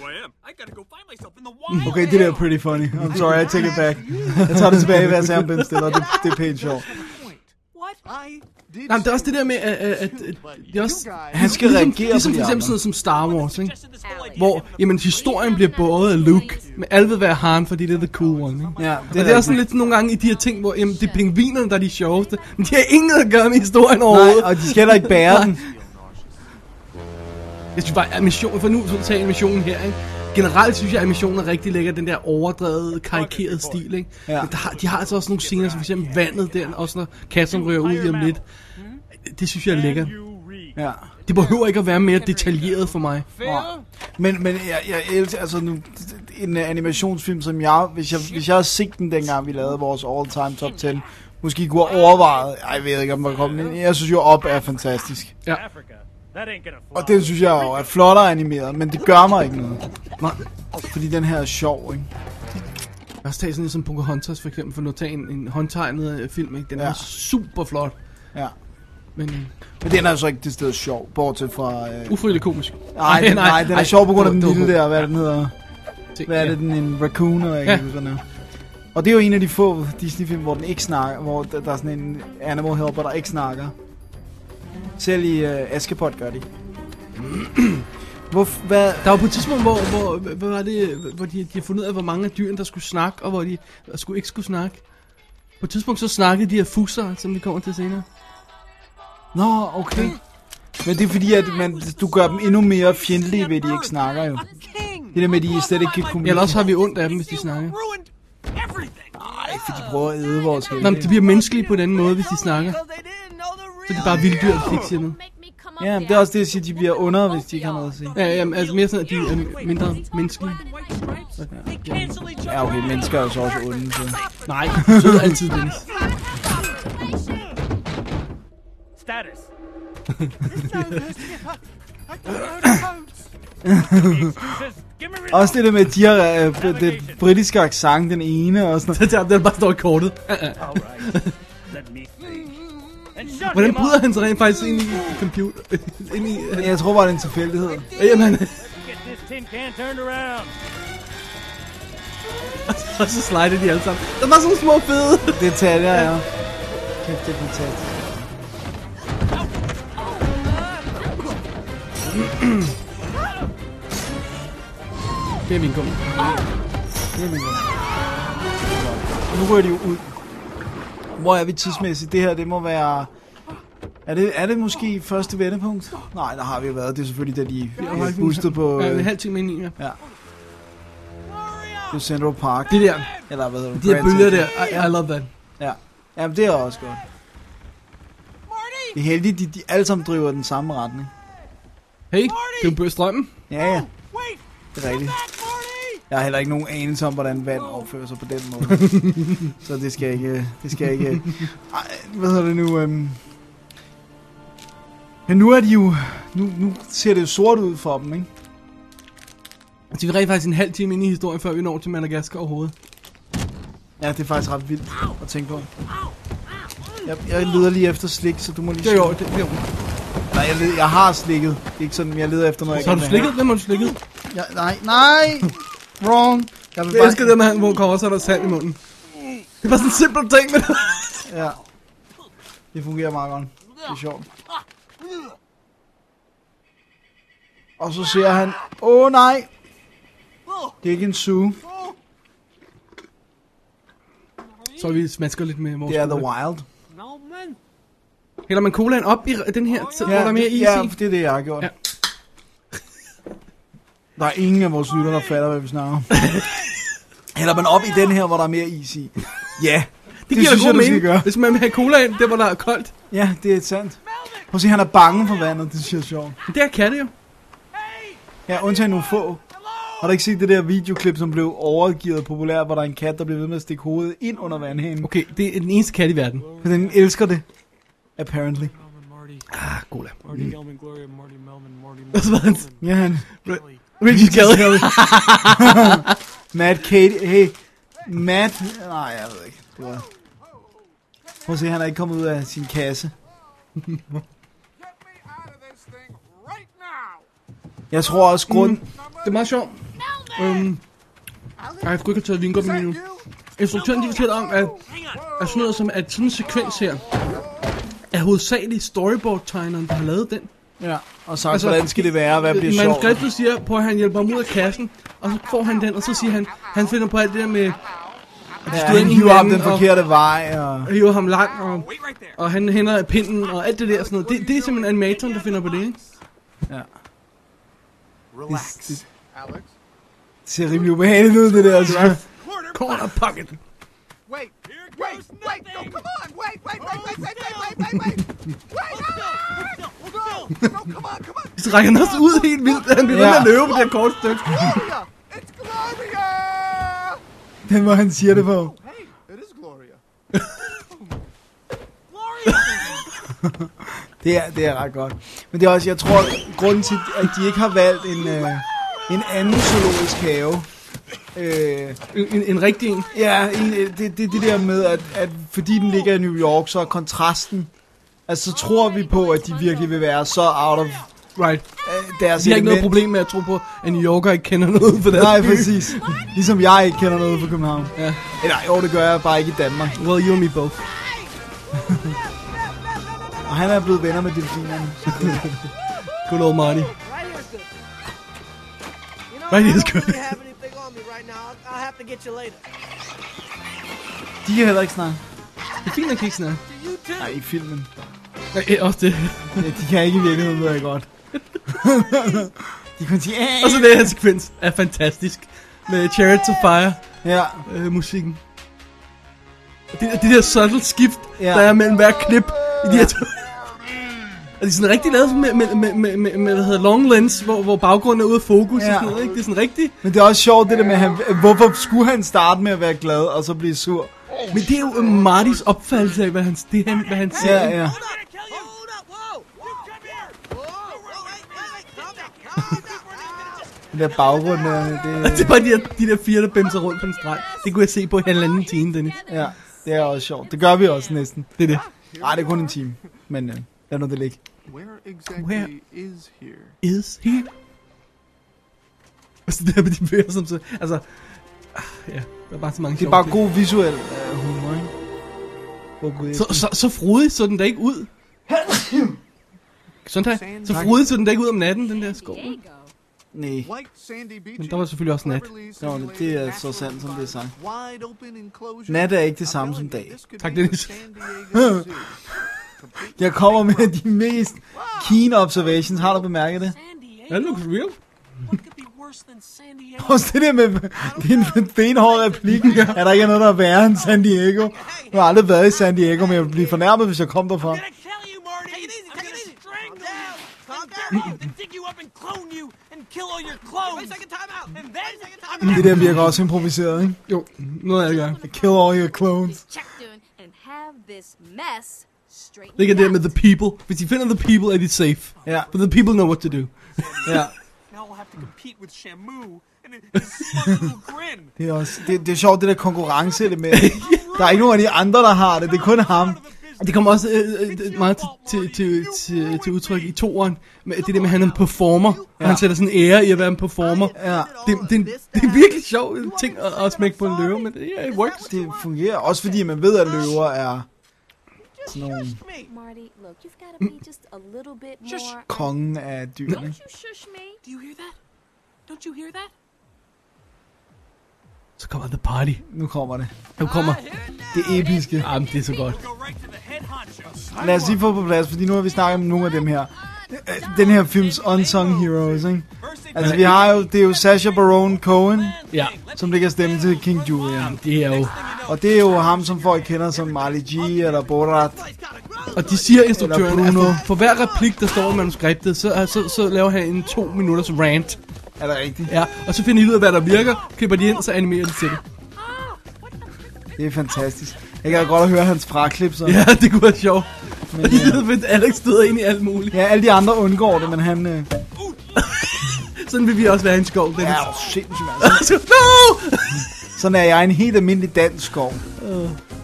Okay, det der er pretty funny. I'm sorry, I take it back. Jeg tager det tilbage, hvad jeg sagde om Ben Stiller. Det er pænt sjovt. Nej, det er også det der med, at det er også... Han skal reagere på de for eksempel sådan noget som Star Wars, ikke? Hvor, jamen, historien bliver båret af Luke. Men alle vil være Han, fordi det er the cool one, ikke? Ja, det er også sådan lidt nogle gange i de her ting, hvor jamen, det er pingvinerne, der er de sjoveste. Men de har ingen at gøre med historien overhovedet. Nej, og de skal heller ikke bære den. Jeg synes bare, at missionen, for nu så tager jeg missionen her, ikke? Generelt synes jeg, at missionen er rigtig lækker, den der overdrevet, karikerede stil, ikke? Ja. Men de har altså også nogle scener, som for eksempel vandet der, også når kassen rører ud i om lidt. Det synes jeg er lækkert. Ja. Det behøver ikke at være mere detaljeret for mig. Men jeg elsker, altså nu, en animationsfilm, som jeg, hvis jeg havde set den dengang, vi lavede vores all-time top 10, måske kunne have overvejet. Jeg ved ikke, om der kommer, men jeg synes jo, Up er fantastisk. Ja. Og den synes jeg jo er flottere animeret, men det gør mig ikke noget. Nej. Fordi den her er sjov, ikke? Jeg har også taget sådan en som Pocahontas for eksempel, for nu at tage en håndtegnet film, ikke? Den er Ja. super flot. Ja. Men den er jo så ikke det sted sjov, bortset fra... ufrivilligt komisk. Nej, den er sjov på grund af den det var lille der, hvad den hedder. Hvad er det, en raccoon, eller ikke sådan noget. Og det er jo en af de få Disney-film, hvor den ikke snakker, hvor der er sådan en animal helper, der ikke snakker. Selv i Askepot gør de. Hvad? Der var på et tidspunkt, hvor var det, hvor de har fundet ud af, hvor mange af dyrene, der skulle snakke, og hvor de ikke skulle snakke. På et tidspunkt så snakkede de her fusser, som vi kommer til senere. Nå, okay. Men det er fordi, at du gør dem endnu mere fjendtlige ved, at de ikke snakker jo. Det der med, at de slet ikke kan kommunikere. Eller også har vi ondt af dem, hvis de snakker. Nej, for de prøver at æde vores helte. Nå, men de bliver menneskelige på en anden måde, hvis de snakker. Så det er bare vilddyr, hvis de ikke siger noget. Ja, men det er også det, jeg siger, de bliver under, hvis de ikke har noget at sige. Ja, altså mere sådan, at de er mindre menneskelige. Ja, okay, mennesker er jo så også onde, så... Nej, så er altid Dennis. Status. Også det der med, at de har det britiske accent, den ene og sådan noget. Den bare står i kortet. Hvordan bryder han sig rent faktisk ind i computer? Jeg tror bare, det er en tilfældighed. Jamen. Og så slider de alle sammen. Der var sådan små fede detaljer, ja. Kæft, det er fantastisk. Det er min gummi. Det er min gummi. Nu rører de jo ud. Hvor er vi tidsmæssigt? Det her, det må være... Er det måske første vendepunkt? Nej, der har vi jo været. Det er selvfølgelig, da de er boostet på... Ja, en halv time ind i, ja. Ja. Det er Central Park. Det der. Eller hvad hedder det? De her bølger der. I love that. Ja. Jamen, det er også godt. Det er heldigt, de alle sammen driver den samme retning. Hey, det er jo strømmen. Ja. Det er rigtigt. Jeg har heller ikke nogen anelse om, hvordan vand opfører sig på den måde. Så det skal ikke... Ej, hvad hedder det nu? Men nu er de jo... Nu ser det jo sort ud for dem, ikke? Så vi er faktisk en halv time inde i historien, før vi når til Madagaskar overhovedet. Ja, det er faktisk ret vildt at tænke på. Jeg leder lige efter slik, så du må lige... Det er jo det. Nej, jeg har slikket. Det er ikke sådan, jeg leder efter noget. Så har du slikket? Hvem har du slikket? Ja, nej! Wrong! Jeg elsker det, når hvor kommer, så er der sand i munden. Det er bare sådan en simpel ting med det. Ja. Det fungerer meget godt. Det er sjovt. Og så ser han... nej! Det er ikke en zoo. Så vi smasker lidt med vores... Det er The Wild. Hælder man colaen op i den her, hvor der er mere is i? Ja, det er det, jeg har gjort. Ja. Der er ingen af vores lytter, der fatter, hvad vi snakker om. Hælder man op i den her, hvor der er mere is i? Ja, det giver synes jeg, mening, hvis man vil have colaen, der hvor der er koldt. Ja, det er sandt. Prøv at se, han er bange for vandet, det synes jeg er sjovt. Det her kan det jo. Ja, undtagen nogle få. Har du ikke set det der videoklip, som blev overgivet populært, hvor der er en kat, der bliver ved med at stikke hovedet ind under vandhanen? Okay, det er den eneste kat i verden. Men den elsker det. Apparently. Cola. Marty Gelman, Gloria, Marty Melman, Marty Melman. Ja, han. Richie Kelly. Matt Katie. Hey. Matt. Nej, jeg ved ikke. Det var... Prøv at se, han er ikke kommet ud af sin kasse. Jeg tror også grund... Det er meget sjovt. Jeg skulle ikke have taget vingummi lige nu. Instruktøren de fortæller om, at sådan noget som at sådan en sekvens her er hovedsageligt storyboard-tegneren, der har lavet den. Ja, og sagt, altså, hvordan skal det være, hvad bliver sjovt? Manuskriptet siger, på at han hjælper ham ud af kassen, og så får han den, og så siger han finder på alt det der med... Ja, han hiver ham den forkerte vej, og... hiver ham lang, og han hænder pinden, og alt det der sådan noget. Det er simpelthen animatoren, der finder på det, ikke? Ja. Relax, det Alex. Det ser rimelig ubehageligt ud, det der, altså. Corner pocket. Wait, no, come on, wait. No, come on. Så rækker han også ud helt vildt, han bliver ved med at løbe på det her korte stykke. Gloria! It's Gloria! Den hvor han siger det på. Hey, it is Gloria. Det er ret godt. Men det er også, jeg tror, grunden til, at de ikke har valgt en anden zoologisk have. En rigtig en. Ja, det der med, at fordi den ligger i New York, så er kontrasten. Altså, så tror vi på, at de virkelig vil være så out of Right. deres Vi har ikke noget element. problem med at tro på, at New Yorker ikke kender noget for deres Nej, by. præcis. Ligesom jeg ikke kender noget fra København. Ja. Eller jo, det gør jeg bare ikke i Danmark. Well, you and me both. Og han er blevet venner med delfinerne. Good old Marty. Right here's good. You know, Right I here's don't good. really have anything on me right now. I'll have to get you later. De kan heller ikke snakke. Det er fint, at ikke snakke. You too. Nej, i filmen. Nej, også det. Ja, de kan ikke i virkeligheden, ved jeg godt. De kan sige... Og så den her sekvens er fantastisk. Med Chariots of Fire Ja, musikken. Det der subtle skift, Ja. der er mellem hver klip i de her to. Og det er sådan rigtig lavet med hvad hedder long lens, hvor baggrunden er ude af fokus Ja. og sådan noget, ikke? Det er sådan rigtigt. men det er også sjovt det der med, hvorfor skulle han starte med at være glad, og så blive sur? Men det er jo Martys opfattelse af, hvad han ser. Ja, Ikke? ja. Hold up, whoa! You come here! Whoa, wait, calm down, calm down. Den der baggrund, Det er bare de der fire, der bæmser rundt på en strand. Det kunne jeg se på halvanden time, Dennis. ja, det er også sjovt. Det gør vi også næsten. Det er det. Nej, det er kun en time, men lad nu det ligge. Where exactly Where? is here? Is here. Altså det der med de bøger, som så... Altså... Ja, der er bare så mange Det er bare god visuel humor, ikke? Oh, Gud, Så frodig så den da ikke ud. Sådan der. Så frodig så den da ikke ud om natten, den der skov. Diego. nej. White sandy beaches. Men der var selvfølgelig også nat. cleverly Nå, simulated det er natural så sandt, som det er sagt. wide open enclosure. Nat er ikke det I'm samme som telling you, dag. this could Tak, be Dennis. San Diego Zoo. Jeg kommer med de mest keen observations. Har du bemærket det? San Diego? That looks real. What could be worse than San Diego? Også det der med, det er en benhård replik. Er der ikke noget, der er værre end San Diego? Jeg har aldrig været i San Diego, men jeg ville blive fornærmet, hvis jeg kom derfra. I'm gonna kill you, Marty! Take it easy, I'm take it gonna easy. strangle Calm you! down, calm I'm down. gonna dig you up and clone you and kill all your clones! Wait a second, time out. And then I'm Det der virker også improviseret, ikke? Jo, noget af det gør. Kill all your clones. Check doing and have this mess straightened Det er det out. med the people. Hvis de finder the people, er de safe. Ja, But the people know what to do. ja. now I'll have to compete with Shamu and his smug little grin. Det er også, det er sjovt, det der konkurrenceelement. Der er ikke nogen af de andre, der har det. Det er kun ham. Det kommer også meget til udtryk i toeren. Med det der med, at han er en performer. Og han sætter sådan en ære i at være en performer. Ja, Det er virkelig sjovt ting at smække på en løve, men yeah, it works. det fungerer. Også fordi man ved, at løver er sådan nogle Marty, look, you've got to be just a little bit Shush. more. kongen af dyrene. Don't you shush me. Do you hear that? Don't you hear that? Så kommer the party. Nu kommer det. Nu kommer. Det episke. Jamen, det er så godt. Go right to the head honcho. Lad os lige få på plads, fordi nu har vi snakket om nogle af dem her. Den her films unsung heroes, ikke? Altså vi har jo, det er jo Sacha Baron Cohen, Ja, som ligger stemme til King Julian. det er jo... Og det er jo ham, som folk kender som Marley G eller Borat. Og de siger instruktøren, Eller Bruno. at for hver replik, der står i manuskriptet, så laver han en 2 minutters rant. Er det rigtigt? Ja, og så finder de ud af, hvad der virker, klipper de ind, og så animerer de til det. Det er fantastisk. Jeg kan godt høre hans fraklip, så. Ja, det kunne være sjovt. Men, Og de ved, at Alex støder ind i alt muligt. ja, alle de andre undgår det, men han... Sådan vil vi også være i en skov, Dennis. Ja, sindssygt, altså. Så, no! Sådan er jeg en helt almindelig dansk skov. Okay,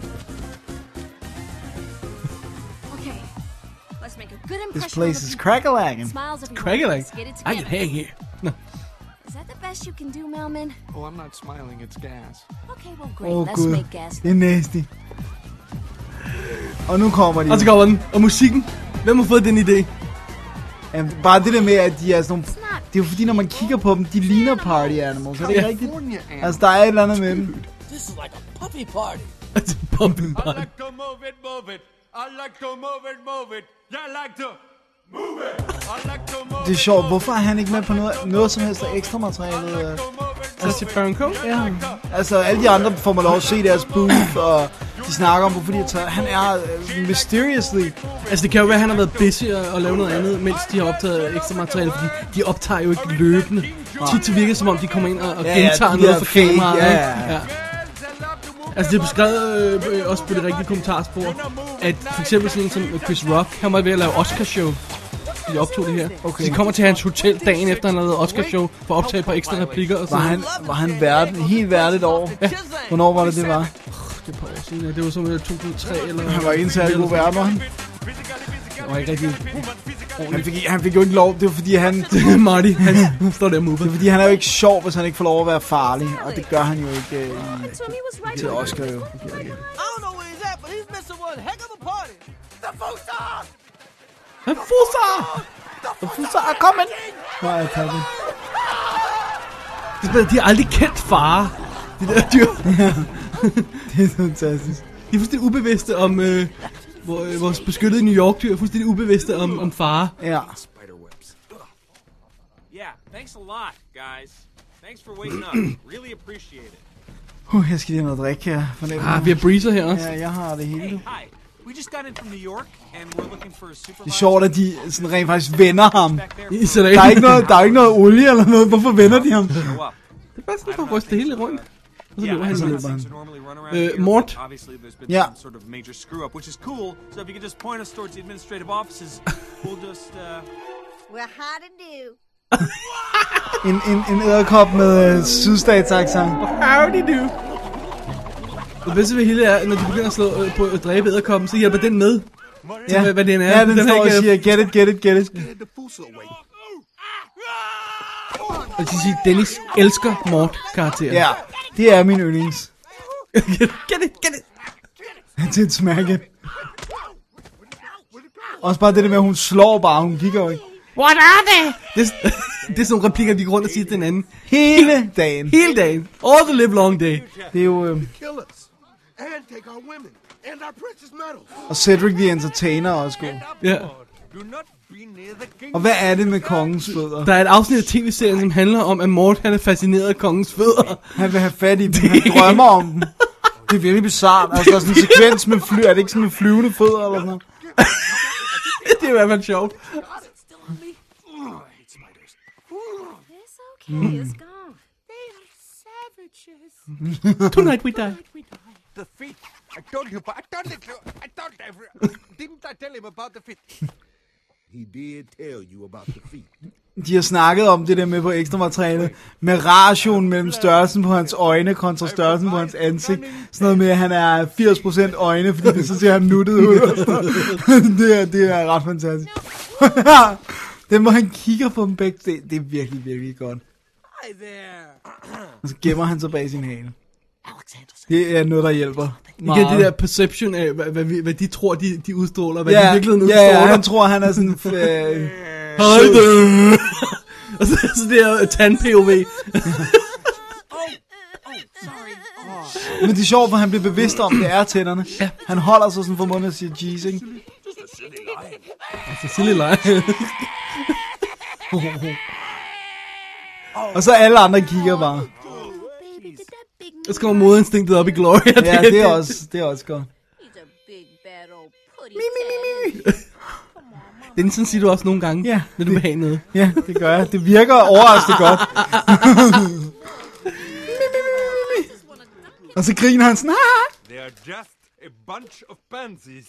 let's make a good impression. This place on is the people. crack-a-lackin'. Smiles everyone. Crack-a-lack. Let's get it I together. can hang here. No. Is that the best you can do, Melman? Oh, I'm not smiling, it's gas. Okay, well, great. Åh, Let's Gud. make gas. Det er nasty. Og nu kommer de. Og så kommer den. Og musikken. Hvem har fået den idé? Jamen, bare det der med, at de er sådan nogle... It's not. Det er jo fordi, når man kigger på dem, de ligner party animals. Er det ikke Ja. rigtigt? California animal. Altså, der er et eller andet med dem. This is like a puppy party. Altså, pumping party. to move it, move it. I like to move it, move it. Yeah, I like to move it. I like to move Det er sjovt. Hvorfor er han ikke med på noget som helst af ekstra materialet? Sacha Baron Cohen? Ja. Altså, alle de andre får man lov at se deres booth, og de snakker om, hvorfor de har taget... Han er mysteriously... Altså, det kan jo være, at han har været busy og lavet noget andet, mens de har optaget ekstra materiale, fordi de optager jo ikke løbende. Tit så virker det, som om de kommer ind og Ja, gentager de noget der fra kameraet. fake, ikke? ja. Altså det er beskrevet også på det rigtige kommentarspor, at for eksempel sådan en som Chris Rock, han var ved at lave Oscar-show. De optog det her. Okay. Så de kommer til hans hotel dagen efter, han har lavet Oscar-show, for at optage et par ekstra replikker og sådan. Var han helt værd et år? Ja. Hvornår var det var? Det er på år siden, ja. Det var som 2003 eller... Han var en særlig god vært, var han? Det var ikke rigtig... Han fik jo ikke lov, det var fordi han... Marty, han står der og mover. Det er fordi han er jo ikke sjov, hvis han ikke får lov at være farlig, og det gør han jo ikke til Oscar jo. I don't know where he's at, but he's missing one heck of a party. The Fusar! Fusar, kom ind! Nej, jeg tager det. De har aldrig kendt fare, de der dyr. Ja, det er fantastisk. De er fuldstændig ubevidste om, vores beskyttede New York-dyr er fuldstændig ubevidste om fare. Ja. Yeah, thanks a lot, guys. Thanks for waking up. Really appreciate it. Jeg skal lige have noget drik her. Vi har breezer her også. Ja, jeg har det hele. Hey, hi. We just got in from New York, and we're looking for a supervisor. Det er sjovt, at de sådan rent faktisk vender ham. Der er ikke noget olie eller noget. Hvorfor vender de ham? Det er bare sådan for at ryste det hele rundt. Og så løber han sådan. Mort. Obviously, there's been Ja. some sort of major screw up, which is cool. So if you could just point us towards the administrative offices, we'll just. Well, how to do? En edderkop med sydstatsaccent. Howdy do. Det bedste ved hele er, når de begynder at slå på at dræbe edderkoppen, så hjælper den med til, hvad den er. Ja, den står og siger, get it. Og de siger, Dennis elsker Mort-karakteren. Ja, det er min yndlings. Get it. Til et smærke. Også bare det der med, at hun slår bare, hun kigger jo ikke. What are they? Det er sådan nogle replikker, de går rundt og siger til den anden. Hele dagen. All the live long day. Det er jo... Kill us. And take our women. And our precious metals. Og Cedric the Entertainer er også god. Ja. Do not be near the king. Og hvad er det med kongens fødder? Der er et afsnit af tv-serien, som handler om, at Mort han er fascineret af kongens fødder. Han vil have fat i dem, han drømmer om dem. Det er virkelig bizarrt. Altså, der er sådan en sekvens med fly. Er det ikke sådan med flyvende fødder eller sådan noget? Det er i hvert fald sjovt. It's okay, it's gone. They are savages. Tonight we die. The feet. I told you, but I told it. Didn't I tell him about the feet? He did tell you about the feet. De har snakket om det der med på ekstra materiale, med ratioen mellem størrelsen på hans øjne kontra størrelsen på hans ansigt. Sådan noget med, at han er 80% øjne, fordi det så ser han nuttet ud. det er ret fantastisk. Den hvor han kigger på dem begge, det er virkelig, virkelig godt. Hi there. Og så gemmer han sig bag sin hale. Det er noget, der hjælper. Igen det der perception af, hvad de tror, de udstråler, hvad de i virkeligheden udstråler. Ja, han tror, han er sådan... Hej da. Og så det er tand-POV. Men det er sjovt, for han bliver bevidst om, det er tænderne. Ja. Han holder sig sådan for munden og siger, jeez, ikke? Altså, silly lion. Og så alle andre kigger bare. Og så kommer modinstinktet op i Gloria. Ja, det er også godt. He's a big, bad old putty. Den sådan siger du også nogle gange, ja, når du vil have noget. Ja, det gør jeg. Det virker overraskende godt. Og så griner han sådan, They are just a bunch of pansies.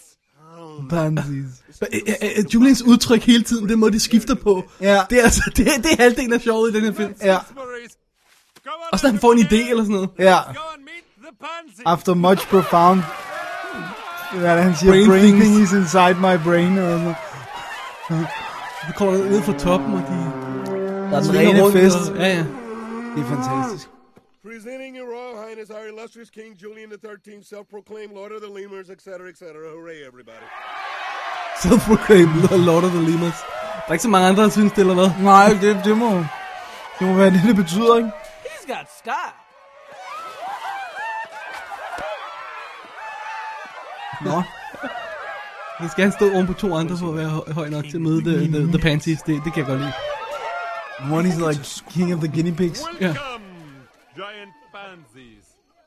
Julians udtryk hele tiden, den måde de skifter på. Ja. Det er altså, det er halvdelen af sjovt i den her film. Ja. Også når han får en idé eller sådan noget. Ja. Go and meet the pansies. After much profound... Hvad er det, han siger? Brain things inside my brain. Eller sådan. De kommer ned fra toppen, og de... Der er en rene fest. Ja. Det er fantastisk. Presenting your Royal Highness, our illustrious King Julian XIII, self-proclaimed Lord of the Lemurs, etc., etc. Hooray, everybody. Self-proclaimed Lord of the Lemurs. Der er ikke så mange andre, der synes det, eller hvad? Nej, det må være det betyder, ikke? He's got style. Nå. Så skal han stå oven på to andre for at være høj nok til at møde the pansies. Det kan jeg godt lide. One is like king of the guinea pigs. Ja. Welcome, giant pansies.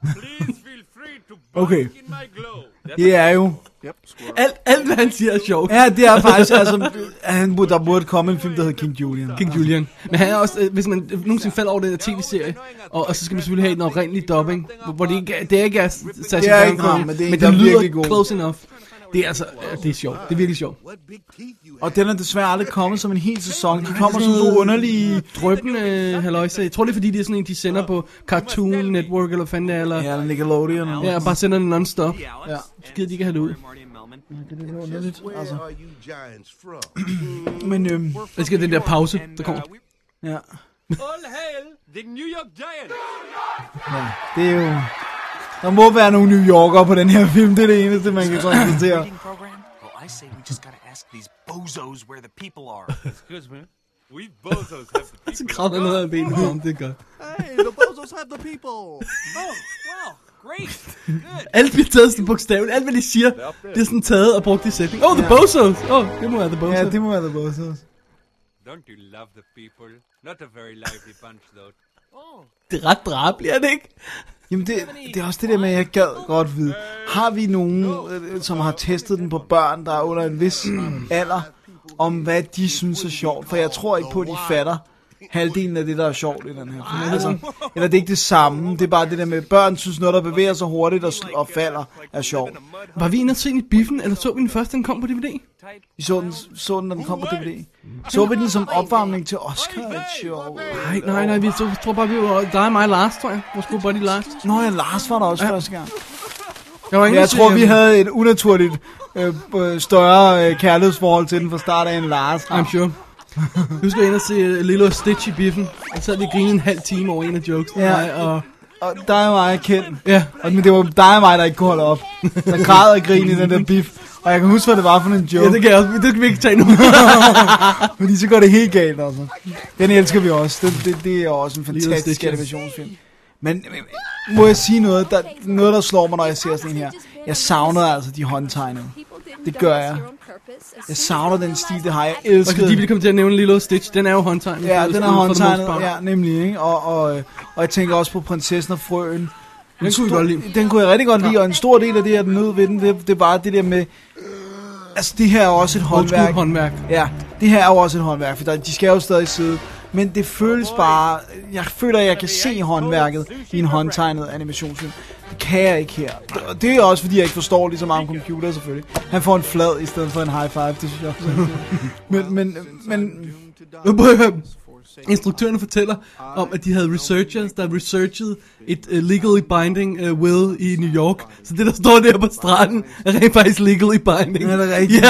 Please feel free to Okay. bask in my glow. Det er jo... Alt hvad han siger er sjovt. Ja, det er faktisk, altså, der burde komme en film, der hedder King Julian. King Julian. Men han er også, hvis man nogensinde falder over den her tv-serie, og så skal man selvfølgelig have den oprindelige dubbing, hvor det ikke er Sacha Det er ikke Baron ham, men det er en, men der det er lyder virkelig god. close enough. Det er altså, det er sjovt. Det er virkelig sjovt. Og den er desværre aldrig kommet som en hel sæson. De kommer som så underlige... Drøbende halløjse. Jeg tror det er fordi, det er sådan en, de sender på Cartoon Network, eller hvad fanden det er, eller... Ja, Nickelodeon. Ja, bare sender den non-stop. Ja. Så gider de ikke have det ud. Marty and Melman. Det er lidt underligt, altså. Where are you giants from? Men, Jeg skal den der pause, der kommer. ja. All hail the New York Giants. Ja, det er jo... Der må være nogle New Yorkere på den her film, det er det eneste, man kan konstatere. Reading program? Well, I say we just gotta ask these bozos where the people are. Excuse me. We bozos have the people. Så kravler noget af benet om, det er godt. Hey, the bozos have the people. Oh, wow. Great. Good. Alt bliver taget sådan bogstaveligt. Alt hvad de siger, det er sådan taget og brugt i sætning. Oh, the bozos! Det må være the bozos. Ja, det må være The Bozos. Don't you love the people? Not a very lively bunch, though. Det er ret drabeligt, er det ikke? Jamen det er også det der med, at jeg gad godt vide. Har vi nogen, som har testet den på børn, der er under en vis alder, om hvad de synes er sjovt? For jeg tror ikke på, at de fatter halvdelen af det, der er sjovt i den her film. Altså, eller det er ikke det samme. Det er bare det der med, at børn synes noget, der bevæger sig hurtigt og falder, er sjovt. Var vi inde og se den i biffen, eller så vi den først, den kom på DVD? Vi så den, da den kom på DVD. Så vi den som opvarmning til Oscar show. Nej, vi tror bare, vi var... Der er mig og Lars, tror jeg. Vores gode buddy Lars. Nå ja, Lars var der også første gang. Jeg tror, vi havde et unaturligt større kærlighedsforhold til den fra start af en Lars. I'm sure. Du skal ind og se Lilo og Stitch i biffen. Og så havde vi grinet en halv time over en af jokes. Ja. Og dig og mig kendt. Ja. Men det var dig og mig, der ikke kunne holde op. Der græd og grin i den der biff. Og jeg kan huske, hvad det var for en joke. Ja, det kan jeg også. Det skal vi ikke tage nu. Fordi så går det helt galt, altså. Den elsker vi også. Det er også en fantastisk animationsfilm. Men må jeg sige noget? Noget, der slår mig, når jeg ser sådan en her. Jeg savner altså de håndtegnede. Det gør jeg. Jeg savner den stil, det har jeg elsket. Og fordi vi kommer til at nævne Lilo og Stitch, den er jo håndtegnet. Ja, den er håndtegnet, ja, nemlig, ikke? Og jeg tænker også på Prinsessen og Frøen. Den kunne jeg rigtig godt lide, og en stor del af det, jeg nød ved den, det er bare det der med... Altså, det her er også et håndværk. Ja, det her er jo også et håndværk, for de skal jo stadig sidde. Men det føles bare... Jeg føler, at jeg kan se håndværket i en håndtegnet animationsfilm. Det kan jeg ikke her. Det er også, fordi jeg ikke forstår lige så meget om computer, selvfølgelig. Han får en flad i stedet for en high five, det synes jeg også. Men instruktørerne fortæller om, at de havde researchers, der researched et legally binding will i New York. Så det, der står der på stranden, er rent faktisk legally binding. Er det rigtigt?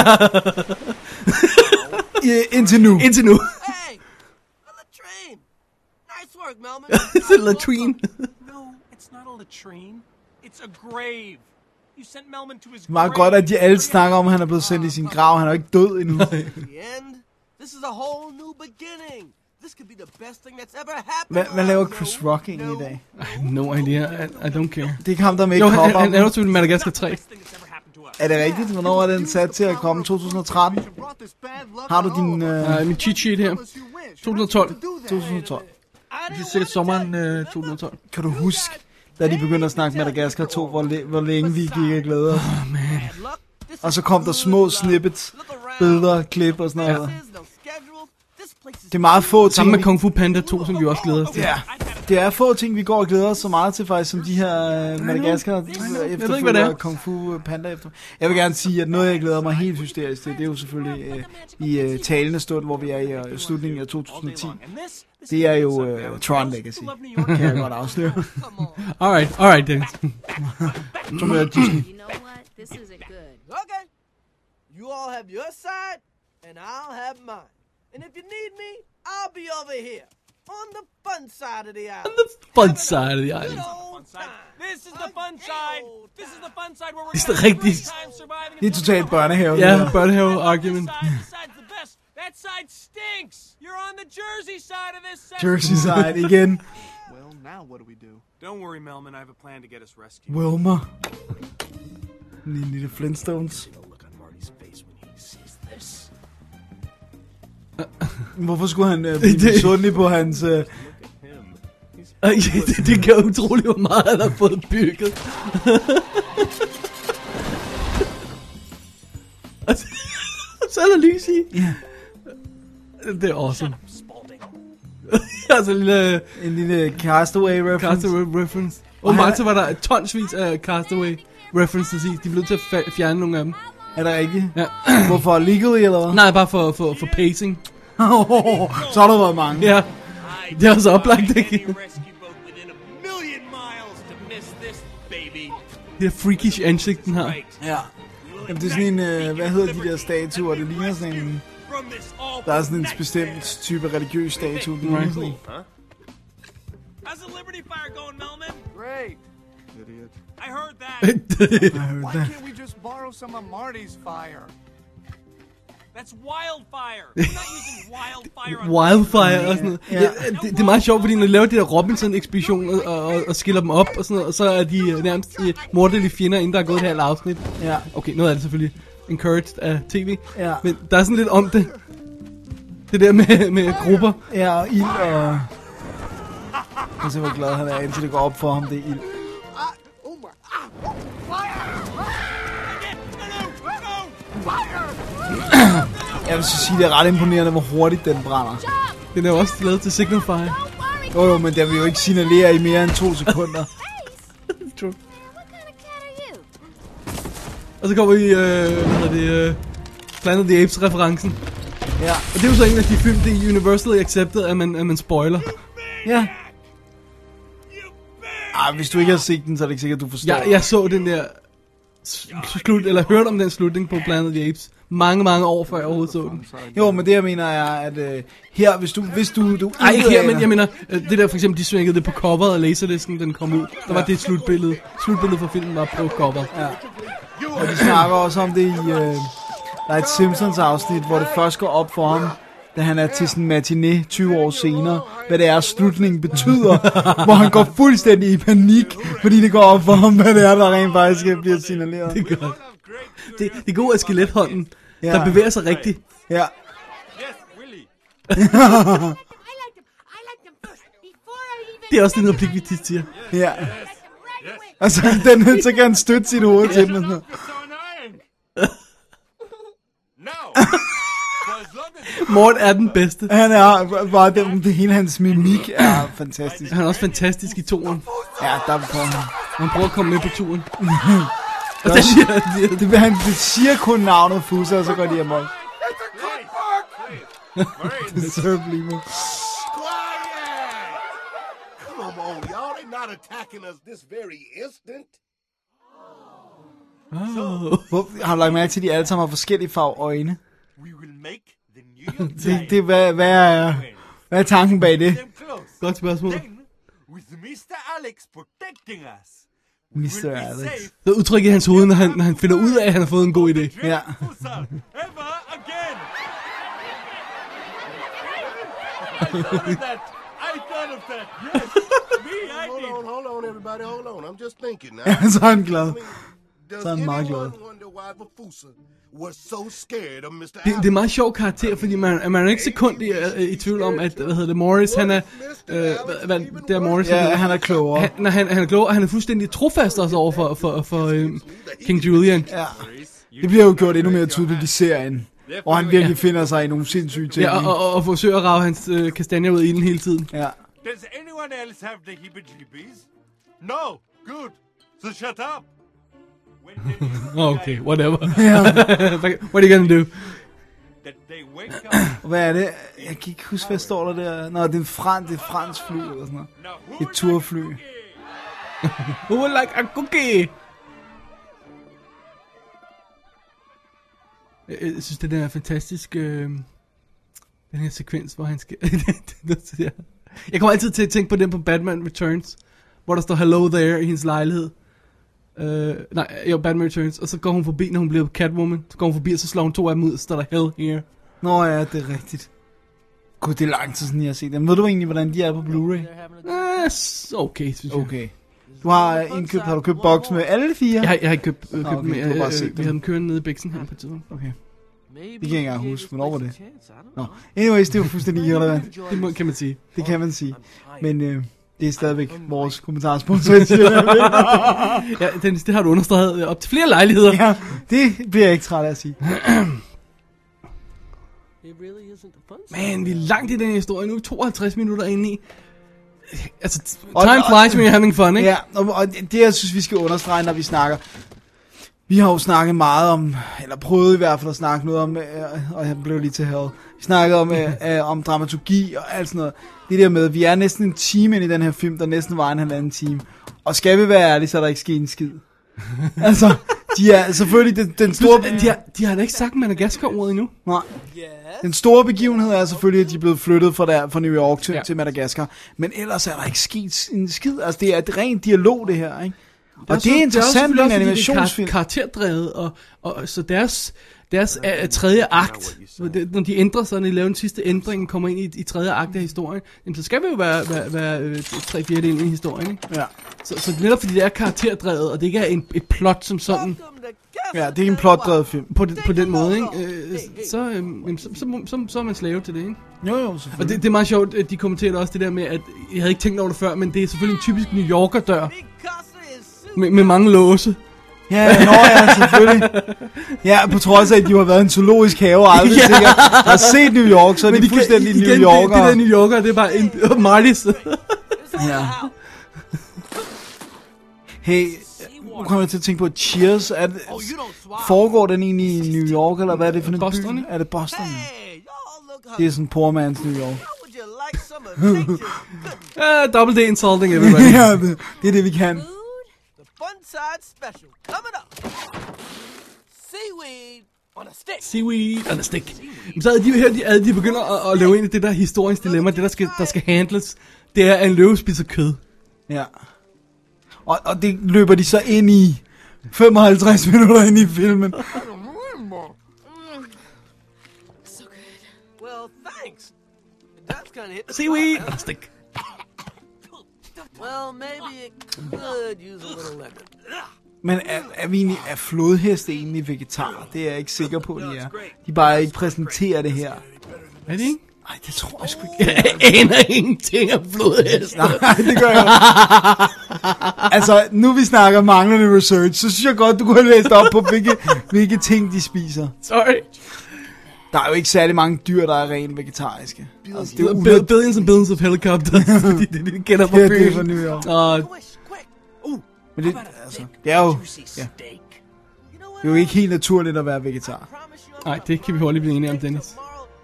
Ja. Indtil nu. Hey, a latrine. Nice work, Melman. It's a latrine. No, it's not a latrine. It's a grave. You sent Melman to his grave. Meget godt, at de alle snakker om, at han er blevet sendt i sin grav. Han er jo ikke død endnu. The end. This is a whole new beginning. This could be the best thing that's ever happened. Hvad laver Chris Rock egentlig i dag? No idea. I don't care. Det er ikke ham, der med Jo, ikke hopper. han laver selvfølgelig Madagascar 3. Er det rigtigt? Hvornår er den sat til at komme? 2013? Har du din... Min cheat sheet her. 2012. 2012. Det er sikkert sommeren 2012. Kan du huske, da de begyndte at snakke Madagascar 2, hvor længe vi gik og glæder os? Og så kom der små snippets, billeder, klip og sådan noget. Det er meget få ting. Sammen med Kung Fu Panda 2, som vi også glæder os til. Ja, det er få ting, vi går og glæder os så meget til, faktisk, som de her Madagaskar efterfølgere Kung Fu Panda efter. Jeg vil gerne sige, at noget, jeg glæder mig helt hysterisk til, det er jo selvfølgelig i talende stund, hvor vi er i slutningen af 2010. Det er jo Tron Legacy, kan jeg godt afsløre. Alright, Dennis. Som er Disney. You know what? This isn't good. Okay. You all have your side, and I'll have mine. And if you need me, I'll be over here. On the fun side of the island. The fun side of the island. This is the fun side. This is the fun side where we're Det er rigtigt. Det er totalt børnehave. Ja, børnehave argument. That side's the best. That side stinks. You're on the Jersey side of this side. Jersey side igen. Well, now what do we do? Don't worry, Melman. I have a plan to get us rescued. Wilmer. En lille Flintstones. Look on Marty's face when he sees this. Hvorfor skulle han blive sundelig på hans... Det gør utroligt, hvor meget han har fået bygget. Så er der lys i. Ja. Det er awesome. Altså en lille Castaway reference. Castaway reference. Og meget så var der tonsvis af Castaway references i. De blev til at fjerne nogle af dem. Er der ikke? Ja. Hvorfor? Legally, eller hvad? Nej, bare for pacing. Så har der været mange. Ja. Det er også oplagt, ikke? Det er freakish ansigt, den har. Ja. Jamen, det er sådan en, hvad hedder de der statuer? Det ligner sådan en... Der er sådan en bestemt type religiøs statue. Det ligner sådan en. How's the Liberty Fire going, Melman? Great. Idiot. I heard that. Why can't we just borrow some of Marty's fire? That's wildfire. We're not using wildfire on Wildfire og sådan noget. Ja. Ja, det er meget sjovt, fordi når de laver de der Robinson-ekspeditioner og skiller dem op og sådan noget, og så er de nærmest morderlige fjender, inden der er gået et halvt afsnit. Ja. Okay, noget af det selvfølgelig encouraged af tv. Ja. Men der er sådan lidt om det. Det der med grupper. Ja, og ild og... Jeg er så glad, han er, indtil det går op for ham, det er ild. Jeg vil så sige, det er ret imponerende, hvor hurtigt den brænder. Den er jo også lavet til Signal Fire. Jo, men den vil jo ikke signalere i mere end 2 sekunder. True. Og så kommer vi, Planet of the Apes referencen. Ja. Og det er jo så en af de film, det er universally accepted, at man spoiler. Ja. Hvis du ikke har set den, så er det ikke sikkert, du forstår. Jeg så den der eller hørte om den slutning på Planet of the Apes mange år før jeg overhovedet så den. Jo, men det jeg mener er, at her, hvis du Ej, ikke her, men jeg mener, det der for eksempel, de svingede det på coveret af Laserdisken, den kom ud. Der var det slutbillede. Slutbilledet for filmen var på coveret. Ja. Og de snakker også om det i, der er et Simpsons afsnit, hvor det først går op for ham, da han er til sådan en matiné 20 år senere, hvad det er, slutningen betyder, hvor han går fuldstændig i panik, fordi det går op for ham, hvad det er, der rent faktisk bliver signaleret. Det er godt. Det er god af skelethånden, der bevæger sig rigtigt. Ja. Yes, Willy. I like them first, before I even... Det er også en replik, vi tit siger. Ja. Right away. Og så, så kan han støtte sit hoved til den og sådan noget. So annoying. No. For as long as Mort er den bedste. Han er bare det hele hans mimik er fantastisk. Han er også fantastisk i toren. Ja, der er på ham. Han prøver at komme med på turen. Og Det siger kun navnet Fusa, og så går de amok. Det er så blivet. Come on, y'all. They're not attacking us this very instant. Har du lagt mærke til, at de alle sammen har forskellige farve øjne? we will make the new Det hvad er tanken bag det? them close. Godt spørgsmål. Then, with Mr. Alex protecting us, Mr. we'll be Alex. safe Det er udtryk i hans hoved, når han finder ud af, at han har fået en god idé. Ja. Fussar ever again. I thought of that. Yes, me, I did. Hold on, everybody. Hold on. I'm just thinking now. Så er han glad. Does Så er han meget glad. anyone wonder why Vafusa was so scared of Mr. Det er en meget sjov karakter, fordi man er ikke sekund i tvivl om, at Morris, han er... hvad det er Morris? Ja, han er klogere. Han er klogere, og han er fuldstændig trofast også over for King Julian. Ja. Det bliver jo gjort endnu mere tydeligt i serien. Og han virkelig finder sig i nogle sindssyge ting. Ja, og forsøger at rage hans kastanjer ud i den hele tiden. Ja. Does anyone else have the heebie-jeebies? No. Good. So shut up. When did you Okay, whatever. What are you gonna do? that they wake up? Hvad er det? Jeg kan ikke huske, hvad står der? Nå, det er et fransk fly eller sådan noget. Now who Et turfly. Who would like a cookie? Jeg synes, det er fantastisk, den her sekvens, hvor han skal... Jeg kommer altid til at tænke på den på Batman Returns, hvor der står hello there i hendes lejlighed. Batman Returns, og så går hun forbi, når hun bliver Catwoman, så går hun forbi, og så slår hun 2 af dem ud, og så står der hell here. Nå ja, det er rigtigt. Gud, det er lang tid siden, jeg har set dem. Ved du egentlig, hvordan de er på Blu-ray? Okay, synes jeg. Okay. Har du købt boks med alle 4? Jeg har ikke købt Okay, dem, du har bare set vi dem. havde dem kørende nede i Bæksen her på et tidspunkt. Okay. Maybe Det kan jeg ikke engang huske. Hvornår var det? Chance, I don't Nå. know. Anyways, det er jo fuldstændig irrelevant. Det kan man sige. Det kan man sige. Men det Det er stadigvæk vores kommentarsponsor. Ja, Dennis, det har du understreget op til flere lejligheder. Ja, det bliver jeg ikke træt af at sige. Man, vi er langt i den historie nu. 52 minutter inde i. Altså, time flies when you're having fun, ikke? Ja, og det jeg synes, vi skal understrege, når vi snakker. Vi har jo snakket meget om, eller prøvet i hvert fald at snakke noget om, og jeg blev lige til hell. Vi snakkede om dramaturgi og alt sådan noget. Det der med, vi er næsten en time ind i den her film, der næsten var en 1,5 time. Og skal vi være ærlige, så er der ikke sket en skid. Altså, de er selvfølgelig den store... De har da ikke sagt Madagaskar-ordet endnu. Nej. Den store begivenhed er selvfølgelig, at de er blevet flyttet fra New York til Madagaskar. Men ellers er der ikke sket en skid. Altså, det er et rent dialog, det her, ikke? Og det er interessant med en animationsfilm. Det er karakterdrevet, og så deres tredje akt, når de ændrer sig, når de laver den sidste ændring, kommer ind i tredje akt af historien, jamen, så skal vi jo være 3/4 ind i historien, ikke? Ja. Så netop fordi det er karakterdrevet, og det ikke er et plot som sådan. Ja, det er en plotdrevet film. På den måde, ikke? Så er man slave til det, ikke? Jo, selvfølgelig. Og det er meget sjovt, at de kommenterer også det der med, at jeg havde ikke tænkt over det før, men det er selvfølgelig en typisk New Yorker-dør. Med mange låse. Ja, selvfølgelig. Ja, på trods af, at de har været en zoologisk have og aldrig sikkert har set New York, så er de fuldstændig New Yorker. Det der New Yorker, det er bare en Martys. Ja. Hey, nu kommer jeg til at tænke på Cheers. Foregår den egentlig i New York, eller hvad er det for en Boston, by? Er det Boston? Det er sådan poor man's New York. Double D insulting everybody. Ja, det er det vi kan. Fun-side special coming up. Seaweed on a stick. Seaweed on a stick. Så havde de jo hørt, de begynder at lave ind i det der historiens dilemma. Det der skal handles, det er, at en løve spiser kød. Ja. Og det løber de så ind i 55 minutter ind i filmen. So good. Well, thanks. That's kind of hit the Seaweed spot. on a stick. Well, maybe it could use a little lemon. Men er vi egentlig, er flodheste egentlig vegetarer? Det er jeg ikke sikker på, de er. De bare ikke præsenterer det her. Er det ikke? Nej, det tror jeg sgu ikke. Jeg aner ingenting om flodheste. Nej, det gør jeg. Altså, nu vi snakker manglende research, så synes jeg godt, du kunne have læst op på, hvilke ting de spiser. Sorry. Der er jo ikke særlig mange dyr, der er rent vegetariske. Altså, det er billions and billions of helicopters, fordi det kender fra det er byen. fra New York. Men det er jo... Ja. Det er jo ikke helt naturligt at være vegetar. Nej, det kan vi hurtigt blive enige om, Dennis.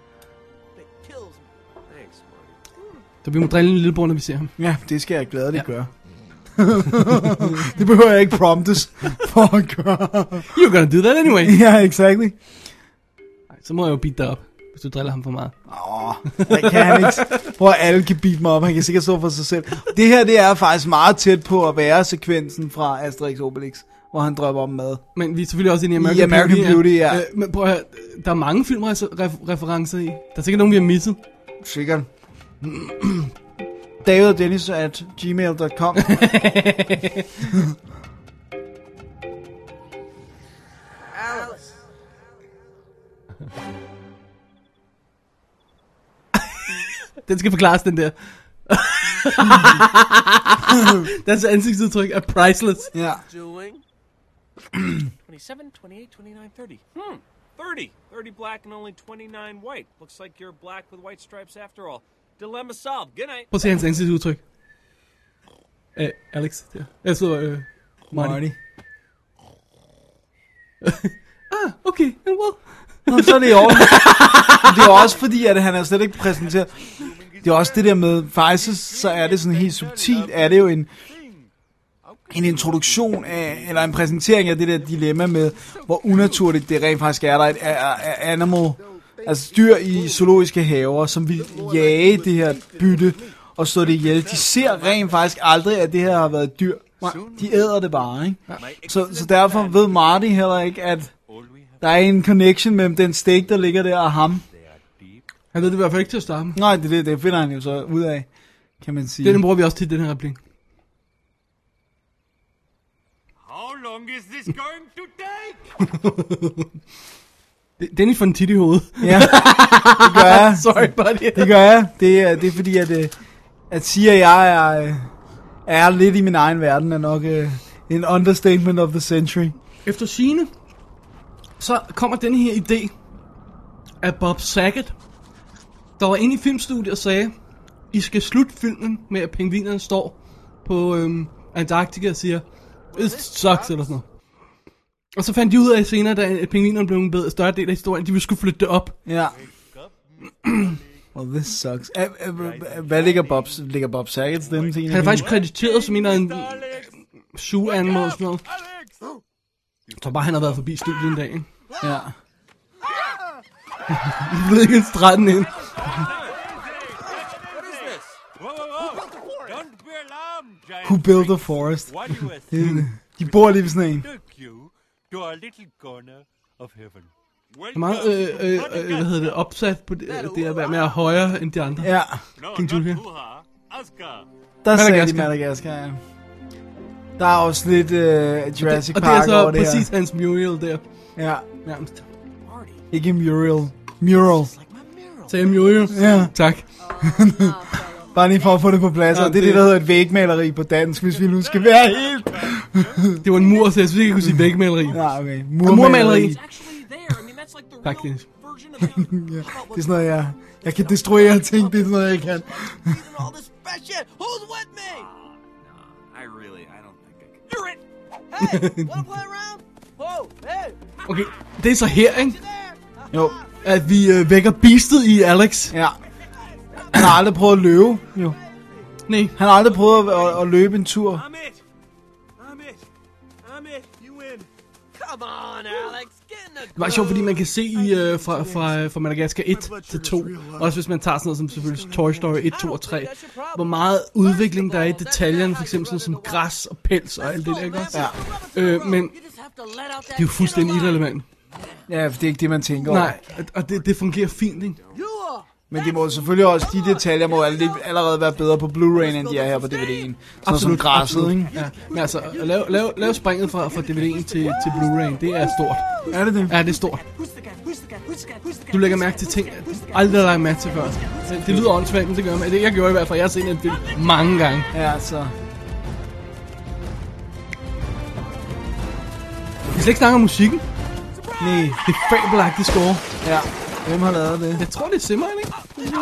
Så vi må drille en lillebror, når vi ser ham. Ja, det skal jeg gladeligt gøre. Det behøver jeg ikke promptes for at gøre. You're gonna do that anyway. Ja, yeah, exactly. Så må jeg jo beat dig op, hvis du driller ham for meget. Det kan han ikke. Hvor alle kan beat mig op. Han kan sikkert stå for sig selv. Det her, det er faktisk meget tæt på at være sekvensen fra Asterix Obelix, hvor han drømmer om mad. Men vi er selvfølgelig også inde i American Beauty, ja. Men prøv at høre, der er mange filmreferencer i. Der er sikkert nogen, vi har misset. Sikkert. daviddennis@gmail.com. Den skal forklares, den der. Deres ansigtsudtryk er priceless. Ja. Doing 27, 28, 29, 30. 30. 30 black and only 29 white. Looks like you're black with white stripes after all. Dilemma solved. Good night. Prøv at se hans ansigtsudtryk. Alex, der. Jeg så Marty. Okay, well. Nå, så er det i orden. Det er også fordi, at han er slet ikke præsenteret. Det er også det der med, faktisk så er det sådan helt subtilt, er det jo en introduktion af, eller en præsentering af det der dilemma med, hvor unaturligt det rent faktisk er, der er animal, altså dyr i zoologiske haver, som vil jage det her bytte og slå det ihjel. De ser rent faktisk aldrig, at det her har været dyr. De æder det bare, ikke? Så derfor ved Marty heller ikke, at der er en connection mellem den steak, der ligger der, og ham. Han ved det i hvert fald ikke til at starte. Nej, det finder han jo så ud af, kan man sige. Den bruger vi også til den her replik. How long is this going to take? Den er for en tit i hovedet. Ja, det gør jeg. Sorry, buddy. Det gør jeg. Det er fordi, at siger jeg er er lidt i min egen verden, er nok en understatement of the century. Efter sigende, så kommer den her idé af Bob Saget, der var inde i filmstudiet og sagde, I skal slutte filmen med, at pingvinerne står på Antarktika og siger, it sucks, eller sådan noget. Og så fandt de ud af senere, da pingvinerne blev en bedre større del af historien, de ville skulle flytte det op. Ja. Well, this sucks. Hvad ligger Bob Saget's stemme til? Han er faktisk krediteret som en af en zoo animal og sådan noget. Så bare han har været forbi studiet en dag, ikke? Ja. Jeg ved ikke, stranden ind. Who built the forest? De bor lige ved sådan en. Meget, hvad hedder det, opsat på det at være mere højere end de andre. Ja. King Julia. Der sagde de Madagaskar, ja. Der er også lidt Jurassic Park over det her. Og det er så præcis hans Muriel der. Ja. Nærmest. Ikke Muriel. Mural. Sagde Muriel? Ja. Tak. Bare lige for at få det på plads. Ja, og det er det, der hedder et vægmaleri på dansk, hvis vi nu skal være helt... Det var en mur, så jeg synes ikke, jeg kunne sige vægmaleri. Ja, okay. Murmaleri. Tak, Dennis. Ja. Det er sådan noget, jeg kan destruere ting. Det er sådan noget, jeg kan. Okay, det er så her, ikke? Jo. At vi vækker beastet i Alex. Ja. Han har aldrig prøvet at løbe, jo. Nej. Han har aldrig prøvet at løbe en tur. I'm it. You win. Come on, Alex. Get in the Det var sjovt, fordi man kan se fra Madagaskar 1 til 2, også hvis man tager sådan noget som selvfølgelig Toy Story 1, 2 og 3, hvor meget udvikling der er i detaljerne, for eksempel sådan som græs og pels og alt det der, ikke også? Ja. Men det er jo fuldstændig irrelevant. Ja, for det er ikke det, man tænker over. Nej, og det fungerer fint, ikke? Men de må selvfølgelig også, de detaljer må allerede være bedre på Blu-ray, end de er her på DVD'en. Sådan som græsset, ikke? Ja. Men altså, lav springet fra DVD'en til Blu-ray, det er stort. Er det det? Ja, det er stort. Du lægger mærke til ting, aldrig lagt mærke til før. Det lyder åndssvagt, men det gør man. Jeg gjorde i hvert fald, jeg har set en film mange gange. Ja, så... Vi skal ikke snakke om musikken. Nej. Det er fabelagtigt score. Ja. Hvem har lavet det? Jeg tror, det er Simmer, ikke?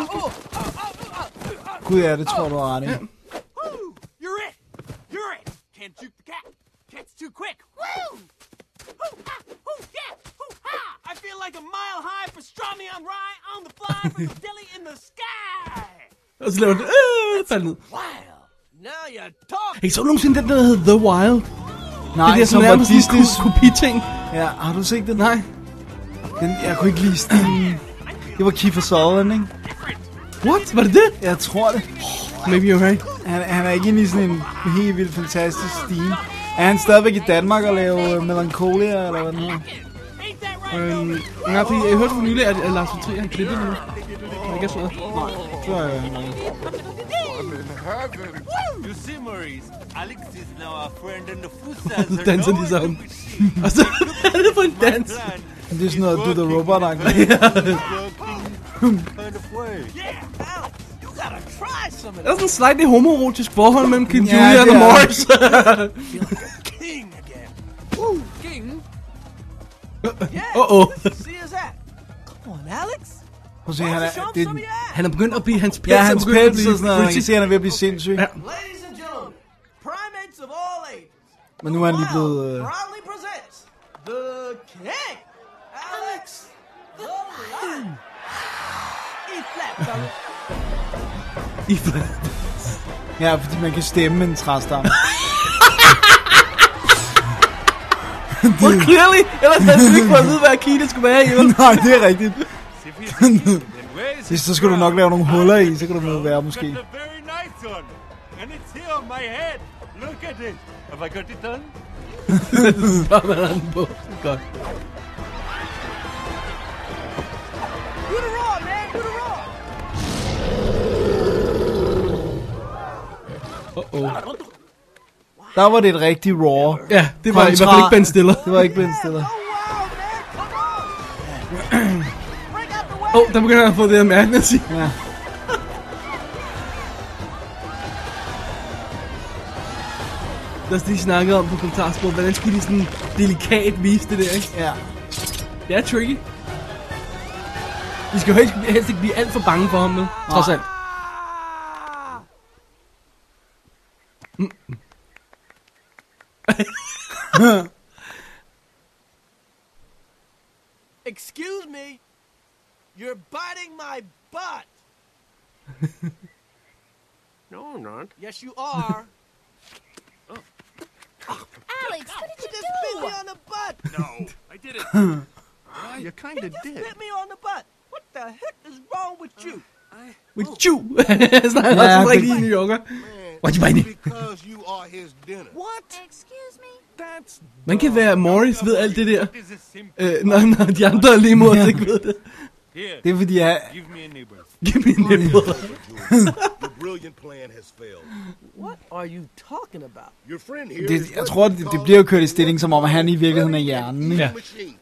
Gud ja, det tror du er ret i. Ja. You're it! Can't juke the cat. Cat's too quick. Woo! I feel like a mile high pastrami on rye on the fly from the deli in the sky. Og så laver den, faldt ned. Wild. Now you're talking. Hey, så nogensinde den der hedder The Wild? Nej, det er som sådan var nærmest Disney's... en kopi-ting. Ja, har du set den? Nej. Jeg kunne ikke lide stilen. Det var Kiefer Sutherland, ikke? What? Var det det? Jeg tror det. Maybe you're right. Han er ikke inde i sådan en helt vildt fantastisk stil. Er han stadigvæk i Danmark og lave Melancholia, eller hvad den hedder? Nej, fordi jeg hørte for nylig, at Lars von Trier har klippet nu. Jeg kan sådan noget. Så You see, Maurice, Alex is now our friend in the food Så danser de sammen. Og så er det for en dans. det er sådan noget Do the Robot-agtigt. Der er sådan en slightly homoerotisk forhold mellem King Ja, Julia det og er. Morris. King again. King? See us at. Come on, Alex. Prøv at se, han Show er... him Det, some of your ass. Han er begyndt at blive, hans pels ja, hans er begyndt at pels blive og sådan noget. Man kan pretty. se, han er ved at blive sindssyg. Ja. Ladies and gentlemen, primates of all ages. Men nu er han lige blevet... Proudly presents the King, Alex the Lion. E-flat, fella. Ja, fordi man kan stemme en træstamme. Well, clearly, ellers havde du ikke fået at vide, hvad key det skulle være i, vel? Nej, det er rigtigt. Så skal du nok lave nogle huller i, så kan du noget være måske. Got a very nice one, and it's here on my head. Look at it. Have I got it done? Så var der den på. Godt. Do the raw, man. Do the raw. Der var det et rigtigt raw. Ja, det var i hvert fald ikke Ben Stiller. Det var ikke Ben Stiller. Oh, wow, man. Come on. Break out the way. Der begynder jeg at få det her madness i. Ja. er også det, de snakkede om på kommentarsporet. Hvordan skulle de sådan delikat vise det der, ikke? Ja. Det er tricky. Vi skal jo helst ikke blive alt for bange for ham med, trods alt. Excuse me. You're biting my butt. No, I'm not. Yes, you are. Alex, what did You you just bit me do? on the butt. No, I didn't. You kind of Just did. bit me on the butt. What the heck is wrong with you? With you! Han snakker også en rigtig New Yorker. What you biting? Because you are his dinner. What? Excuse me? That's Man kan være Morris ved alt det der. What is a simple Når de andre lige mod ikke ved det. Here, Det er fordi, give me a neighbor. Giv mig en nipple. Your brilliant plan has failed. What are you talking about? Your friend here det, is jeg what tror, you det call bliver jo kørt i stilling, som om at han i virkeligheden er hjernen. Ikke? Ja. machine,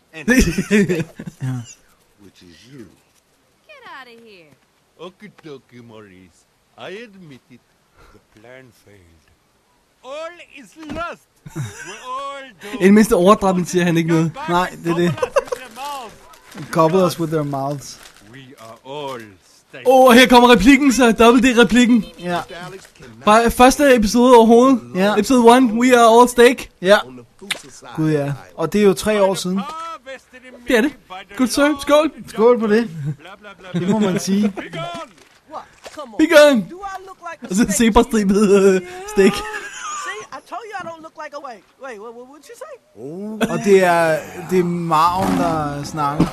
And which is you. Get out of here. Okie dokie, Maurice. I admit it. The plan failed. All is lost. We're all I doomed. det mindste overdramatisere han ikke noget. Nej, det er det. Gobble us with their mouths. We are all state. Her kommer replikken så, Double D-replikken. Ja, Alex cannot Fra første episode overhovedet. Ja. Episode 1, we are all steak. ja. on the food society. Gud ja. Og det er jo 3 år siden. Det er det. Good sir, skål. Skål på det. Det må man sige. What? Come on. Be gone. Do I look like a Og så steak? zebrastribet steak. See, I told you I don't look like a wait, what'd you say? Og det er Marven, der snakker.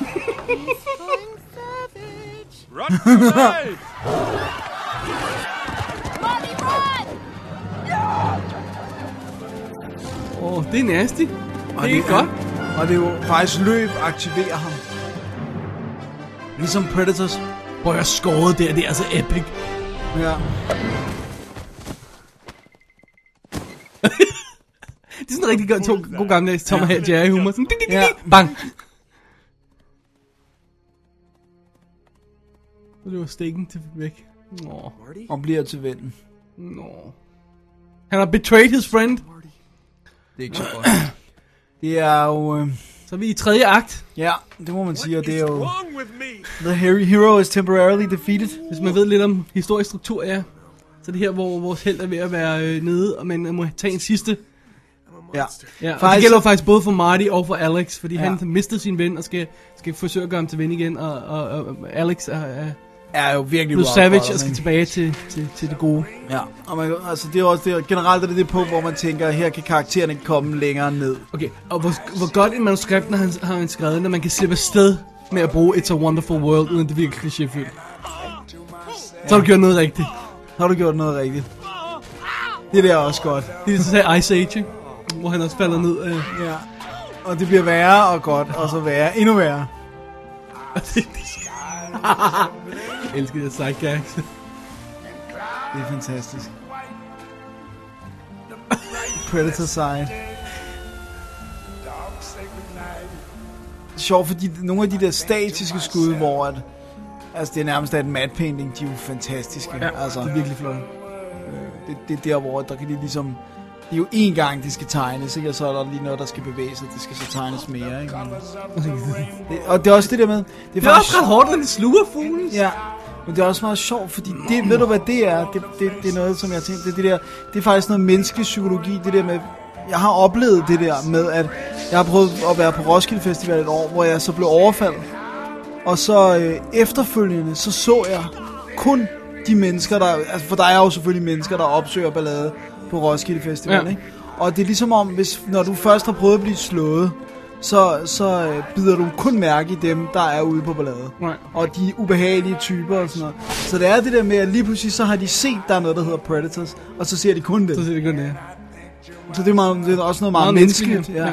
Run for your life! Mommy, run! Det er nasty. Det er godt. Og det er jo faktisk løb aktiverer ham. Ligesom Predators. Prøv at skåret der, det er altså epic. Ja. Det er sådan rigtig godt, god gammeldags Tom og Jerry humor. Sådan, ding, ding, Ja. ding, ding, bang. Og det var stikken til væk. Nå. Og bliver til vennen. Nå. Han har betrayed his friend. Det er ikke så godt. Det er jo... Så er vi i tredje akt. ja, det må man sige, og det er jo... Wrong with me? The hero is temporarily defeated. Hvis man ved lidt om historisk struktur, ja. Så det her, hvor vores held er ved at være nede, og man må tage en sidste. Ja. Ja, og det Faktisk- gælder faktisk både for Marty og for Alex, fordi Ja. han mistede sin ven og skal forsøge at gøre ham til ven igen, og Alex er Er jo virkelig blevet rock savage bottom, og skal ikke? tilbage til det gode. Ja, og man, altså det er også det, generelt er det punkt, hvor man tænker, her kan karakteren ikke komme længere ned. Okay, og hvor godt en manuskript har han skrevet, når man kan slippe afsted med at bruge It's a Wonderful World, uden det virker klichéfyldt. Så har du gjort noget rigtigt. Så har du gjort noget rigtigt. Det der er også godt. Det er så Ice Age, ikke? Hvor han også falder ned. Ja. Og det bliver værre og godt, og så værre, endnu værre. Jeg elsker det sidegags. Det er fantastisk. Predator side. Det er sjovt, fordi nogle af de der statiske skud, hvor at, altså det er nærmest et matte painting, de er jo fantastiske. Ja, altså, det er virkelig flot. det er der, hvor der kan de ligesom... Det er jo én gang, de skal tegnes, ikke? Og så er der lige noget, der skal bevæge sig. Det skal så tegnes mere, ikke? Og det er også det der med... Det er også ret hårdt, når de sluger fuglen. Ja, men det er også meget sjovt, fordi det, ved du hvad det er? Det er noget, som jeg tænkte, det er faktisk noget menneskelig psykologi, det der med... Jeg har oplevet det der med, at jeg har prøvet at være på Roskilde Festival et år, hvor jeg så blev overfaldet. Og så efterfølgende, så jeg kun de mennesker, der... Altså, for der er jo selvfølgelig mennesker, der opsøger ballade på Roskilde Festival, Ja. ikke? Og det er ligesom om, når du først har prøvet at blive slået, så bider du kun mærke i dem, der er ude på ballade. Nej. Og de ubehagelige typer og sådan noget. Så det er det der med, at lige pludselig så har de set, der er noget, der hedder Predators, og så ser de kun det. Så ser det kun det. Så det er også noget meget menneskeligt. Ja.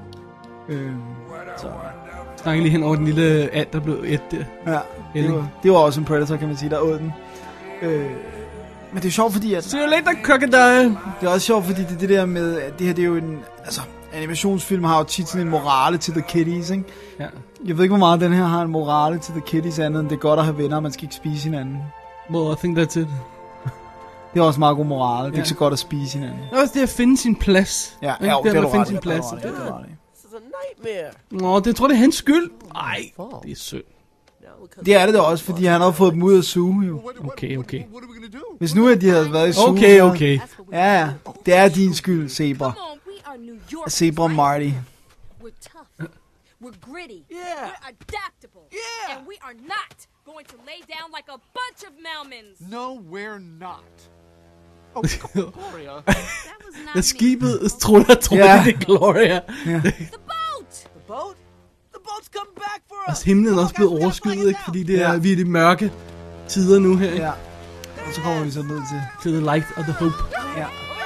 Så, Snakker lige hen over den lille and, der blev et der. ja, Elling. det var også en Predator, kan man sige, der åd den. Men det er sjovt, fordi at... See you later, crocodile. Det er også sjovt, fordi det der med, at det her, det er jo en... Altså, animationsfilm har jo tit sådan en morale til the kiddies, ikke? Ja. Jeg ved ikke, hvor meget den her har en morale til the kiddies, andet end det er godt at have venner, og man skal ikke spise hinanden. Well, I think that's it. Det er også meget god moral. Det er ikke så godt at spise hinanden. Det er også det at finde sin plads. Ja, Ikke? det er at du finde ret i. sin plads. Det er du ret i. This is a nightmare. Nå, det tror jeg, det er hans skyld. Ej, det er synd. Det er det da også, fordi han har fået dem ud af Zoo, jo. Okay. What are we gonna do? Hvis nu at de havde været i Zoo... Okay. Ja. Det er din skyld, Zebra. Come on, we are New Yorkers, Zebra right? Marty. We're tough. We're gritty. Yeah. We're adaptable. Yeah. And we are not going to lay down like a bunch of Melmans. No, we're not. Oh, Gloria. That was not Da me. skibet tror Ja. jeg, det er Gloria. The boat! The boat? The boat's coming back for Og us. himlen er også blevet Come on, guys, we gotta overskyet, ikke? flag it Fordi det er, Ja. vi er i de mørke tider nu her, ikke? Ja. Og så kommer vi så ned til... To the light of the hope. Ja.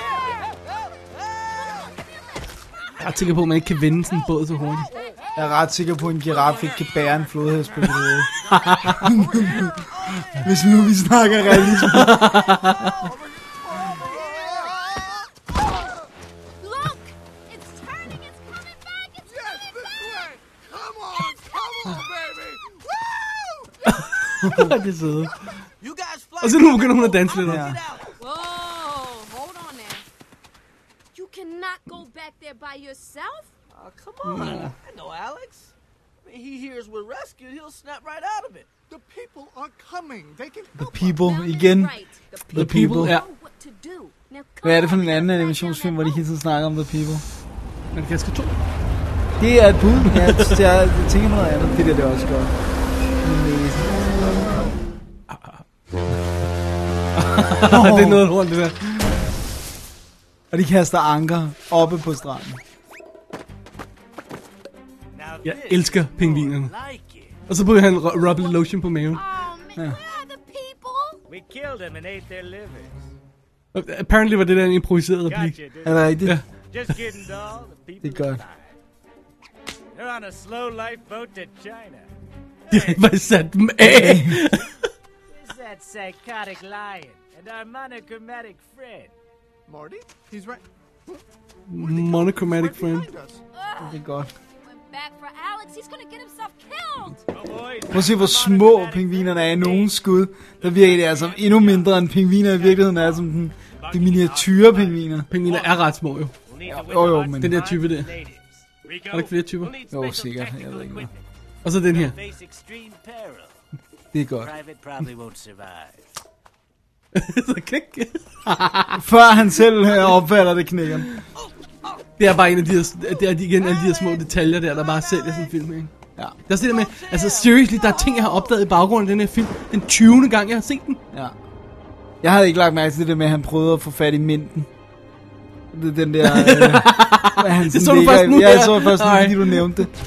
Jeg er sikker på, at man ikke kan vende sådan en båd så hurtigt. Jeg er ret sikker på, at en giraf ikke kan bære en flodhest på hovedet. Hvis nu vi snakker realisme. Look! It's turning, it's coming back, it's coming back! Come on, baby! Det er søde. You guys fly. Og så nu begynder hun at danse lidt. Ja. Get out. Whoa! Hold on now. You cannot go back there by yourself? Oh, come on. I know Alex. I mean, he hears we're rescued, he'll snap right out of it. The people are coming. They can The help People Now you're igen. right. The People, ja. Know what to do. Now come Hvad er det for on, en we anden gotta animationsfilm, fly hvor de down hele tiden snakker om The People? Men det kan skal 2. Det er et bud. Jeg tænker på noget andet. Det der, det er også godt. Min næse. Det er noget rundt, det der. Og de kaster anker oppe på stranden. Jeg elsker pingvinerne. Like it. Og så bruger han rubber lotion på maven. Oh, man, where are the people? We killed them and ate their livers. Apparently var det der en improviseret replik. Gotcha, Er det rigtigt? Ja. Just kidding, doll. The people Det er godt. are fine. They're on a slow life boat to China. De har bare sat dem af. It's that psychotic lion and our monochromatic friend. Marty. He's right Monochromatic friend. behind us. Det er godt. Went back for Alex. He's gonna get himself killed. Oh boy. Prøv at se, hvor små pingvinerne er i nogen skud. Der virker det altså endnu mindre end pingviner i virkeligheden er som de miniatyre pingviner. Pingviner er ret små, jo. We'll need to win Jo, the jo, hearts men- and Den der minds type of der. the natives. Rico, Er der ikke flere typer? we'll need Jo, special sikkert. Jeg technical ved ikke noget. equipment. Og så den her. Face extreme peril. Det er godt. Private probably won't survive. Så klik. Før han selv opfatter det, knækker. Det er bare en af de her, det er igen alle de her små detaljer der bare sælger sådan en film, ikke? Ja. Det er også det der med, altså seriously, der er ting, jeg har opdaget i baggrunden af den her film, den 20. gang, jeg har set den. Ja. Jeg havde ikke lagt mærke til det der med, at han prøvede at få fat i mænden. Det er den der... han Det så du først nu, Ja, ja. jeg så først nu, Nej. fordi du nævnte det.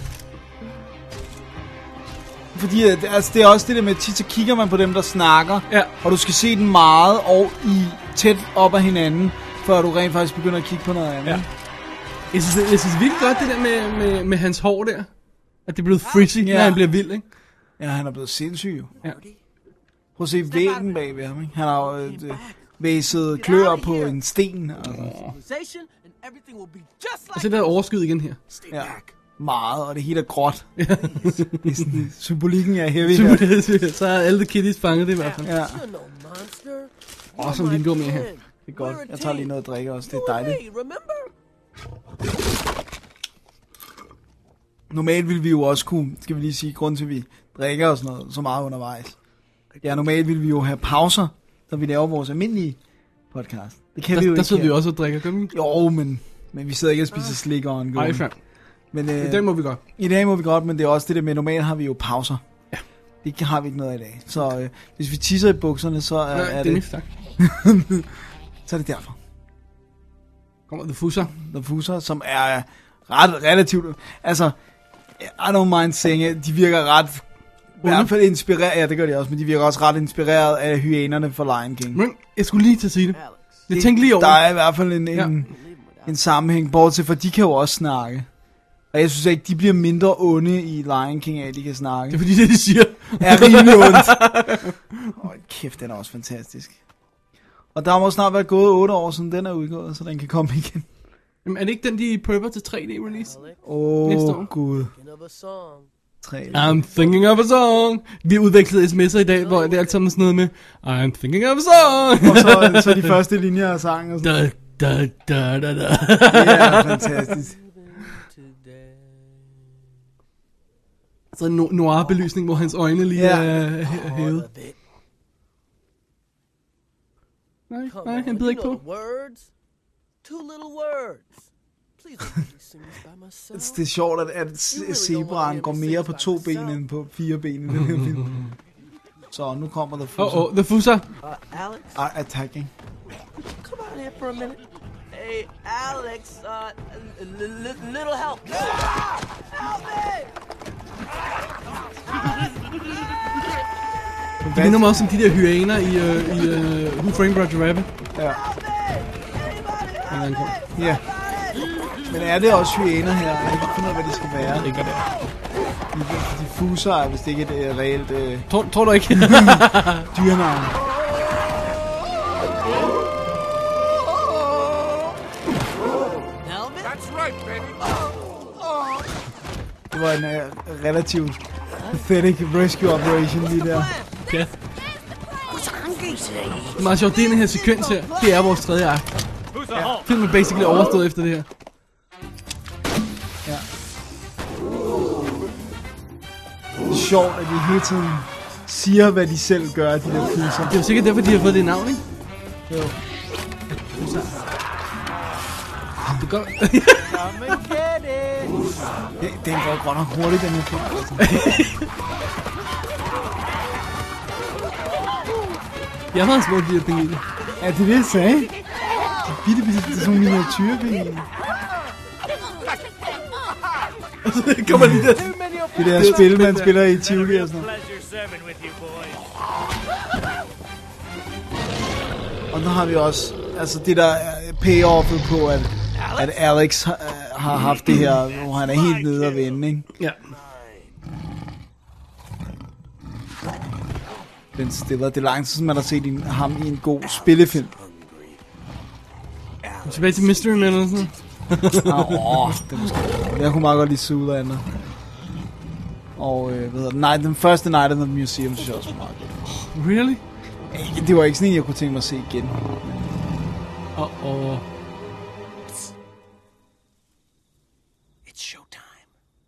Fordi altså, det er også det der med, tit så kigger man på dem, der snakker, Ja. og du skal se den meget og tæt op ad hinanden, før du rent faktisk begynder at kigge på noget andet. Ja. Jeg synes virkelig godt det der med hans hår der. At det er blevet frizzy, Ja. når han bliver vild, ikke? Ja, han er blevet sindssyg jo. Ja. Prøv at se væggen bag ved ham, ikke? Han har jo væset klør på en sten. Altså. Civilization and everything will be just Og like så der overskyet igen her. Stay Ja. back. Meget, og det hele er gråt. Det er sådan, symbolikken er heavy her. Så er alle the kiddies fanget det i hvert fald. Ja, You're no monster. Åh, som vingummi her. det er godt. Jeg tager lige noget at drikke også, det er dejligt. Hey, remember? Normalt ville vi jo også kunne, skal vi lige sige, grund til at vi drikker og sådan noget, så meget undervejs. Ja, normalt ville vi jo have pauser, så vi laver vores almindelige podcast. Det kan vi jo Der ikke sidder vi her. jo også og drikker, gør vi ikke? Jo, men vi sidder ikke og spiser slik og en Nej, fair. Men I dag må vi godt. i dag må vi godt, men det er også det der med, normalt har vi jo pauser. Ja. Det har vi ikke noget i dag. Så hvis vi tisser i bukserne, så er, Nej, er det er det, mit tak. så er det derfor. Kommer The Fusser. The Fusser, som er relativt... Altså, I don't mind saying it, de virker ret... I hvert fald inspireret... Ja, det gør de også, men de virker også ret inspireret af hyænerne for Lion King. Men jeg skulle lige til at sige det. Alex. Jeg tænkte lige over Der det. er i hvert fald en sammenhæng, bortset fra, de kan jo også snakke. Og jeg synes ikke, de bliver mindre onde i Lion King af, at de kan snakke. Det er fordi det, de siger. Er rimelig ondt. Kæft, den er også fantastisk. Og der må snart være gået 8 år, siden den er udgået, så den kan komme igen. Jamen, er det ikke den, de prepper til 3D-release? Næste år. Gud. Thinking of a song. I'm thinking of a song. Vi har udvekslet sms'er i dag, hvor det er alt sammen sådan noget med I'm thinking of a song. Og så de første linjer af sangen og sådan. Da. Det er fantastisk. Så en noir-belysning, hvor hans øjne lige er hævet. Nej, han bider ikke på. Two little words. Det er sjovt, at zebraen går mere på 2 ben end på 4 ben i den her film. Så nu kommer The Fusser. The Fusser. Alex? Attacking. Come on here for a minute. Hey, Alex, little help. Help me! Det minder mig også om de der hyæner i Who Framed Roger Rabbit. Ja. Ja. Men er det også hyæner her? Jeg kan ikke finde ud af, hvad de skal være. Det gør det. De fuser er vist ikke et reelt... Tror du ikke? Dyrenavn. That's right, baby. Det var en relativt pathetic rescue operation lige der. Ja. Det er meget sjovt, det er den her sekvens her. Det er vores 3. akt. Ja. Filmen er basically overstået efter det her. Ja. Det er sjovt, at de hele tiden siger, hvad de selv gør, de der fuser. Det er jo sikkert derfor, de har fået det navn, ikke? Jo. Det går. Den går godt nok hurtigt, den her film. Altså. Jeg har små de her pingviner. Ja, det er det, jeg sagde. Bitte, det er sådan nogle miniatyrpingviner. Og så kommer de der... Det der spil, man spiller i Tivoli og sådan noget. Og så har vi også, altså det der payoffet på, at Alex har haft det her, hvor han er helt nede og vende, ikke? Ja. Ben Stiller, det er lang tid, som man har set ham i en god spillefilm. Tilbage til Mystery Man eller sådan. Det er måske... Jeg kunne meget godt lide Zoolander. Og hvad hedder den første Night in the Museum, synes jeg også var meget godt. Really? Det var ikke sådan en, jeg kunne tænke mig at se igen. It's showtime.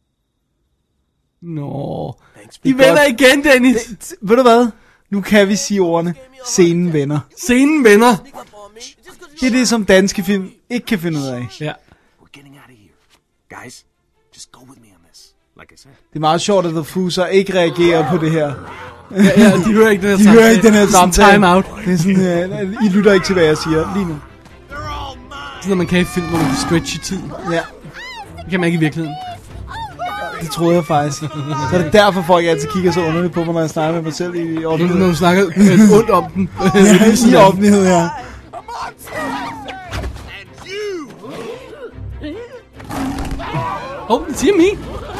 Nå. De vender igen, Dennis. Ved du hvad? Nu kan vi sige ordene. Scenen vender. Scenen vender. Det er det, som danske film ikke kan finde ud af. Ja. We're getting out of here. Guys, just go with me on this. Like I said. Det er meget sjovt, at The Fusser ikke reagerer på det her. Ja, de hører ikke den her samtale. De hører ikke den her samtale. Time out. Det er sådan, I lytter ikke til, hvad jeg siger lige nu. Sådan noget, man kan i film, hvor man kan stretch i tid. Ja. Det kan man ikke i virkeligheden. Det troede jeg faktisk. Så er det derfor, folk altid kigger så underligt på mig, når jeg snakker med mig selv i offentlighed. Når du snakker ondt om den. I offentlighed, ja. Det siger mig.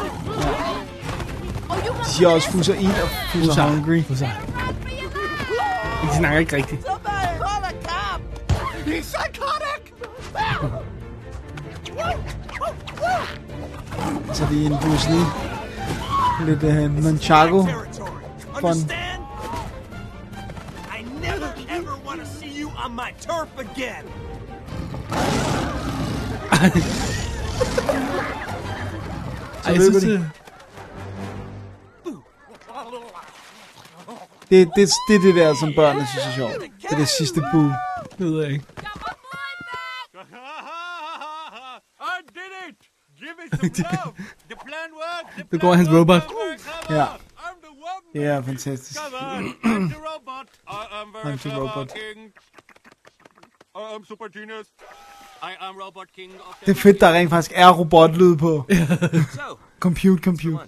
De siger også Fusser eat og Fusser hungry. De snakker ikke rigtigt. He's psychotic! Så det er en Bruce Lee. Lidt nunchaku fun. I never ever want to see you on my turf again. Så løber de. Det er det der, som børnene synes er sjovt. Det er det sidste boo. Det ved jeg ikke. I did it! Give me some love! The plan worked! Det går hans robot. Ja. I'm the one! Det er fantastisk. Come on, I'm the robot! I am very I'm the clever robot. king! I am super genius! I am robot king of the... Det er fedt, der rent faktisk er robotlyd på. So, Compute.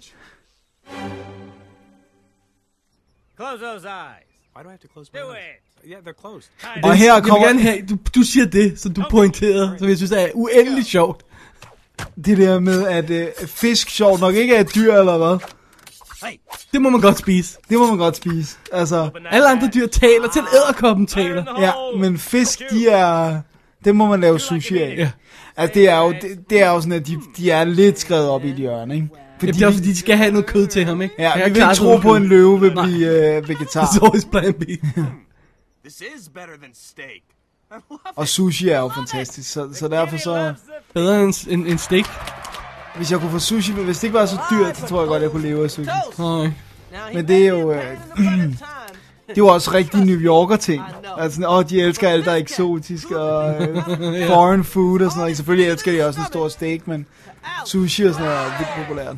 close those eyes. Why do I have to close my eyes? Do it. Yeah, they're closed. Og her Jeg vil kommer gerne have, du siger det, som du pointerede, som jeg synes er uendeligt sjovt. det der med, at fisk sjovt nok ikke er et dyr, eller hvad? Det må man godt spise. Det må man godt spise. Altså, alle andre dyr taler, til edderkoppen taler. ja, men fisk, det må man lave sushi af. Ja. Altså, det er jo sådan, at de er lidt skrevet op i et hjørne, ikke? Det er fordi, de skal have noget kød til ham, ikke? Ja, Jeg vi vil ikke tro på, en løve vil blive vegetar. It's always plan B. This is better than steak. I love Og sushi er jo fantastisk, så derfor så... Bedre end steak. Hvis jeg kunne få sushi, hvis det ikke var så dyrt, så tror jeg godt, jeg kunne leve af sushi. Nej. Men det er jo... det er jo også rigtig New Yorker ting. Altså, de elsker alt, der er eksotisk og foreign food og sådan noget. Selvfølgelig elsker de også en stor steak, men sushi og sådan noget er vildt populært.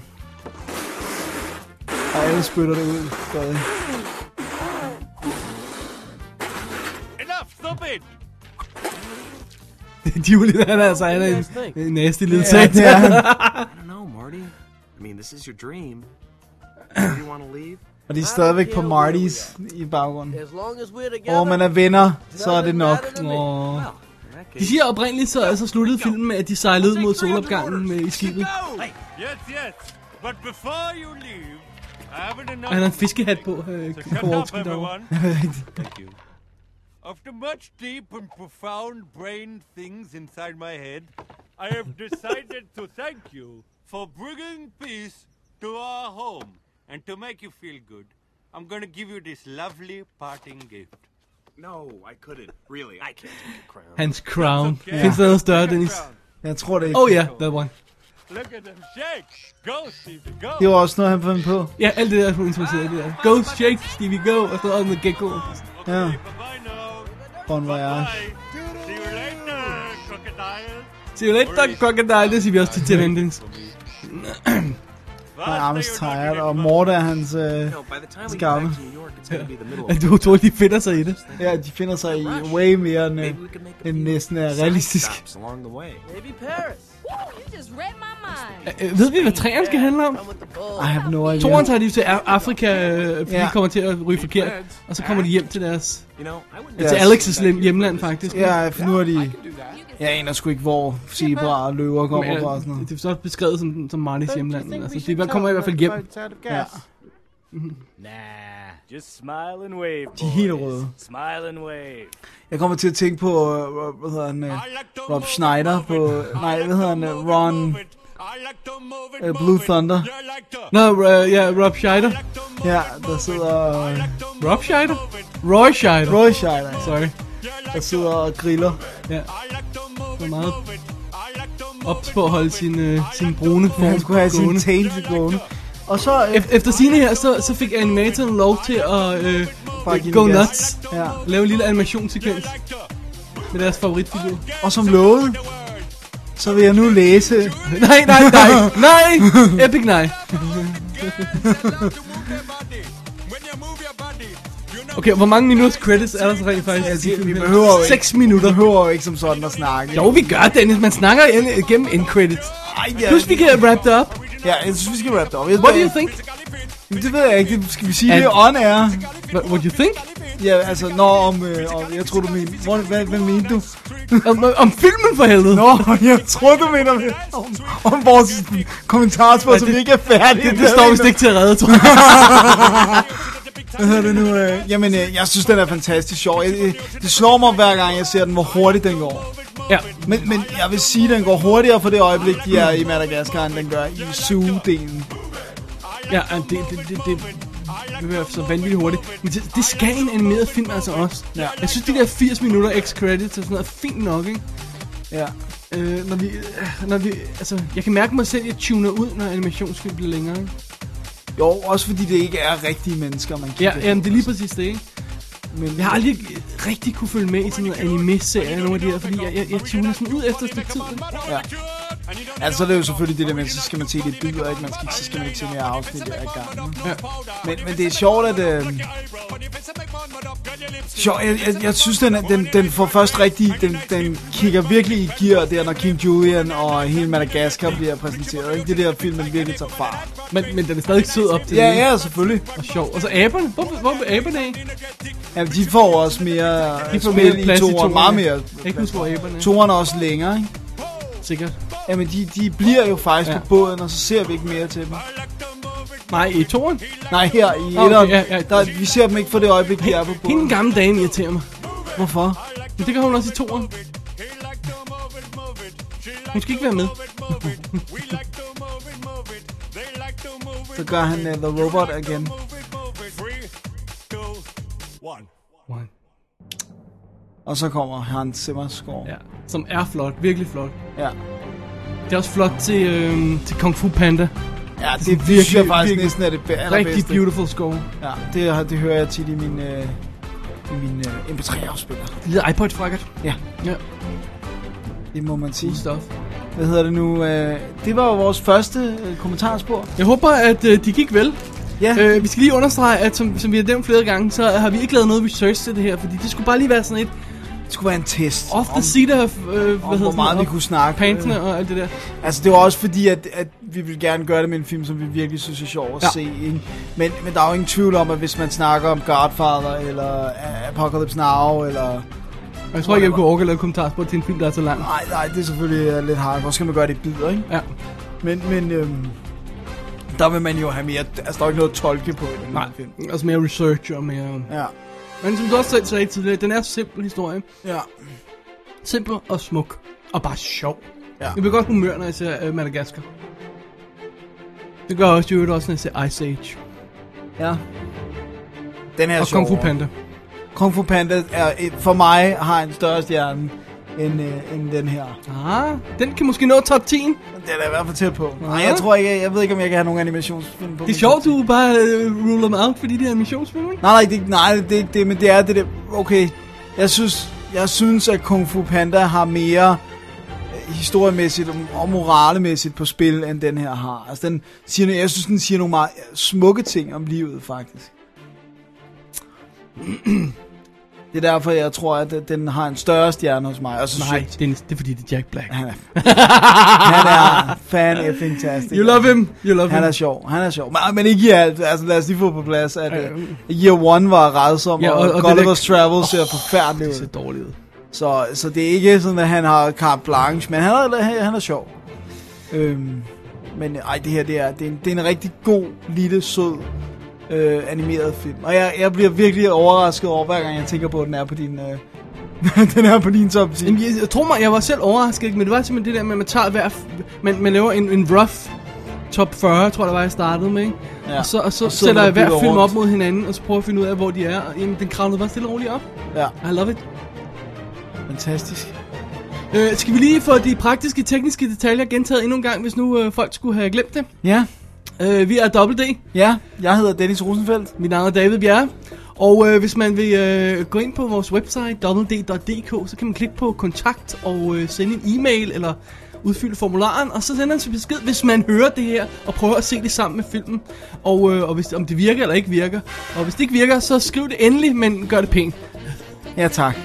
Og alle spytter det ud stadig. Enough, stupid! Julian, han er altså en nasty lille Ja, det er han. I don't know, Marty. I mean, this is your dream. Do you want to leave? Og de er stadigvæk på Martys i baggrunden. As long as we're together. Og man er venner, så er det nok. Åh. De siger oprindeligt, så sluttede filmen med, at de sejlede ud mod solopgangen i skibet. Yes, yes. But before you leave, I haven't enough. Og han har en fiskehat på. So shut Kowalski up, derovre. everyone. Thank you. After much deep and profound brain things inside my head, I have decided to thank you for bringing peace to our home. And to make you feel good, I'm gonna give you this lovely parting gift. No, I couldn't. Really, I can't take a crown. Hans crown. Okay. Findes der noget større, Dennis? Jeg tror det ikke. Oh yeah, that one. Look at them shake. Go, Stevie, go. Det var også noget, han fandt på. Ja, alt det der er så interesseret i det der. Go, shake, Stevie, go. Og så noget med gecko. Ja. Bye-bye now. Bon voyage. See you later, crocodile. See you later, crocodile. Det siger vi også til Tim Dennis. My arm is tired, og Morte er hans No, by the time we get skamme. back to New York, it's gonna be the middle of Du tror, de finder sig i det. Ja, de finder sig i way mere end, Maybe we could make a end few næsten er side realistisk. stops along the way. Maybe Paris. You just read my mind. Ved vi, hvad træerne skal handle om? Come with the bull. I have no idea. Toren tager de til Afrika, fordi Ja. de kommer til at ryge forkert. Og så kommer de hjem til deres... You know, I wouldn't. Til Alex's hjemland, faktisk. Ja, for nu er de... Jeg aner sgu ikke, hvor zebraer og løver kommer fra og sådan noget. Det er så beskrevet som Martys hjemland. Altså, de kommer i hvert fald hjem. Ja, Nah, just smile and wave. de er helt røde. Smile and wave. Jeg kommer til at tænke på, hvad hedder han, Rob Schneider på... Nej, hvad hedder han, Ron... Blue Thunder. Nå, ja, Rob Scheider. Ja, der sidder... Rob Scheider? Roy Scheider. Roy Scheider, Sorry. der sidder og griller. Ja. Det er meget ops på at holde sin brune form Han skulle have sin gående. tail gående. Og så... Efter sine her, så fik animatoren lov til at Bare give go den gas. nuts. Ja. Lave en lille animationssekvens med deres favoritfigur. Og som lovet, så vil jeg nu læse... Nej! Epic nej. Okay, hvor mange minutters credits er der så rent faktisk? Vi behøver jo ikke... 6 minutter. Vi behøver jo ikke som sådan at snakke. Jo, vi gør, Dennis. Man snakker gennem end credits. Ej, ja, Plus vi kan wrap det op. Ja, jeg synes, vi skal wrap det op. What do you think? Det ved jeg ikke. Skal vi sige det on air? What do you think? Ja, altså, jeg tror du mener... Hvad mente du? Om filmen for helvede. Nå, jeg tror du mener om vores kommentarspor, som ikke er færdige. Det står vist ikke til at redde, tror jeg. Hvad hedder det nu? Jamen, jeg synes, den er fantastisk sjov. Det slår mig hver gang, jeg ser den, hvor hurtigt den går. Ja. Men jeg vil sige, at den går hurtigere for det øjeblik, de er i Madagaskar, end den gør i Zoo-delen. Ja, det vil være så vanvittigt hurtigt. Men det skal en animeret film altså også. Ja. Jeg synes, de der 80 minutter x-credits og sådan noget er fint nok, ikke? Ja. Når vi, altså, jeg kan mærke mig selv, at jeg tuner ud, når animationsfilm bliver længere, ikke? Jo, også fordi det ikke er rigtige mennesker, man kigger. Ja, jamen, det er lige præcis det, ikke? Men jeg har aldrig rigtig kunne følge med i sådan noget anime-serie, nogle af de her, fordi jeg tuner sådan ud efter et stykke tid, ikke? Ja. Altså, så er det jo selvfølgelig det der med, så skal man se det bidder, ikke? Så skal man ikke se mere afsnit af gangen. Ja. Men det er sjovt, at... Jeg synes, den får først rigtig... Den kigger virkelig i gear der, når King Julian og hele Madagaskar bliver præsenteret, ikke? Det der filmen virkelig tager fart. Men den er stadig sød op til det. Ja, selvfølgelig. Og sjov. Og så aberne. Hvor er aberne af? Ja, de får også mere spil i toren. Meget mere. Jeg kan ikke huske, hvor aberne er. Toren er også længere, ikke? Sikkert. Jamen, de bliver jo faktisk på båden, og så ser vi ikke mere til dem. Nej, i toren? Nej, her i etteren. Ja. Vi ser dem ikke for det øjeblik, de er på båden. Hende gamle dame irriterer mig. Hvorfor? Men det gør hun også i toren. Hun skal ikke være med. Så gør han The Robot igen. 3, 2, 1. Og så kommer Hans Zimmer score. Ja, som er flot, virkelig flot. Ja. Det er også flot til Kung Fu Panda. Ja, det synes jeg faktisk næsten er det allerbedste. Rigtig beautiful score. Ja, det hører jeg tit i min MP3-afspiller. Det hedder iPod-frækket. Ja. Ja. Det må man sige. Stuff. Hvad hedder det nu? Det var jo vores første kommentarspor. Jeg håber, at de gik vel. Ja. Vi skal lige understrege, at som vi har nævnt flere gange, så har vi ikke lavet noget research til det her, fordi det skulle bare lige være sådan et... Det skulle være en test. Off the seat of... hvor meget vi kunne snakke. Pantene og alt det der. Altså, det var også fordi, at vi ville gerne gøre det med en film, som vi virkelig synes er sjov at se. Ikke? Men der er jo ingen tvivl om, at hvis man snakker om Godfather, eller Apocalypse Now, eller... Jeg tror ikke, jeg kunne overgå lave kommentarspor til en film, der er så lang. Nej, det er selvfølgelig lidt hard. Hvor skal man gøre det i bidder, ikke? Ja. Men der vil man jo have mere... Altså, der er ikke noget at tolke på i den her film. Altså mere research og mere... Ja. Men som du også selv sagde tidligere, den er simpel historie. Ja. Simpel og smuk. Og bare sjov. Ja. Jeg bliver godt humør, når jeg ser Madagascar. Det gør også, når jeg ser Ice Age. Ja. Den er og sjov. Kung Fu Panda. Kung Fu Panda er for mig har en større stjerne end den her. Den kan måske nå top 10. Den er i hvert fald tæt på. Nej, jeg tror ikke, jeg ved ikke, om jeg kan have nogen animationsfilm på. Det er sjovt, du bare ruler dem out, fordi de er animationsfilm, ikke? Nej, det er ikke det, men det er det der. Okay, jeg synes, at Kung Fu Panda har mere historiemæssigt og moralemæssigt på spil, end den her har. Altså, jeg synes, den siger nogle meget smukke ting om livet, faktisk. Det er derfor, jeg tror, at den har en større stjerne hos mig. Og så nej, det er fordi, det er Jack Black. Han er fan-effing-tastic. You love him. Han er sjov. Men ikke i alt. Altså, lad os lige få på plads, at Year One var rædsom, og Gulliver's Travels ser forfærdeligt ud. Det ser dårligt ud. Så det er ikke sådan, at han har carte blanche, men han er sjov. Men det her, det er en rigtig god, lille, sød animeret film. Og jeg bliver virkelig overrasket over, hver gang jeg tænker på, at den er på din den er på din top 10. Jeg tror mig, jeg var selv overrasket, men det var simpelthen det der med, at man tager man laver en rough top 40, tror jeg, jeg startede med, ikke? Ja. Og så sætter jeg hver film op mod hinanden, og så prøver at finde ud af, hvor de er. Og jamen, den kravlede bare stille og roligt op. Ja. I love it. Fantastisk. Skal vi lige få de praktiske, tekniske detaljer gentaget endnu en gang, hvis nu folk skulle have glemt det? Ja. Vi er Double D. Ja, jeg hedder Dennis Rosenfeldt. Mit navn er David Bjerre. Og hvis man vil gå ind på vores website, www.dk, så kan man klikke på kontakt og sende en e-mail eller udfylde formularen, og så sender man sig besked, hvis man hører det her, og prøver at se det sammen med filmen, og hvis, om det virker eller ikke virker. Og hvis det ikke virker, så skriv det endelig, men gør det pænt. Ja, tak.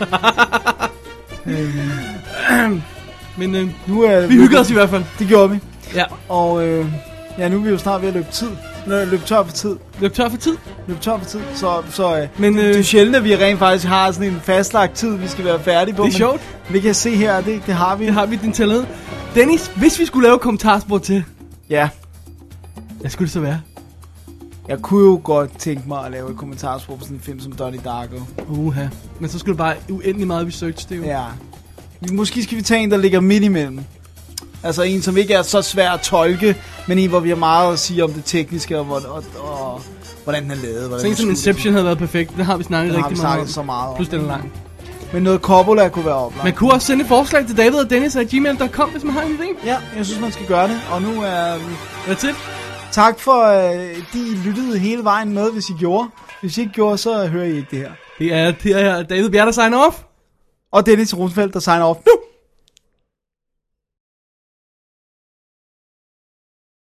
Men vi hygger os i hvert fald. Det gjorde vi. Ja. Og nu er vi jo snart ved at løbe tør for tid. Løbe tør for tid? Men det er sjældent, at vi rent faktisk har sådan en fastlagt tid, vi skal være færdige på. Det er sjovt. Men vi kan se her, det har vi. Det har vi din tillid. Dennis, hvis vi skulle lave kommentarspor til. Ja. Hvad skulle det så være? Jeg kunne jo godt tænke mig at lave et kommentarspor på sådan en film som Donnie Darko. Men så skulle det bare uendelig meget research, det jo. Ja. Måske skal vi tage en, der ligger midt imellem. Altså en, som ikke er så svær at tolke, men en, hvor vi har meget at sige om det tekniske, og hvordan den er lavet. Så en som Inception havde været perfekt, det har vi snakket rigtig meget om. Så meget om. Plus den er lang. Men noget Coppola kunne være oplagt. Man kunne også sende et forslag til David og Dennis af gmail.com, hvis man har en idé. Ja, jeg synes, man skal gøre det. Og nu er... That's it. Tak for, de lyttede hele vejen med, hvis I gjorde. Hvis I ikke gjorde, så hører I ikke det her. Det er David Bjerre, der signer off. Og Dennis Rosenfeldt, der signer off nu.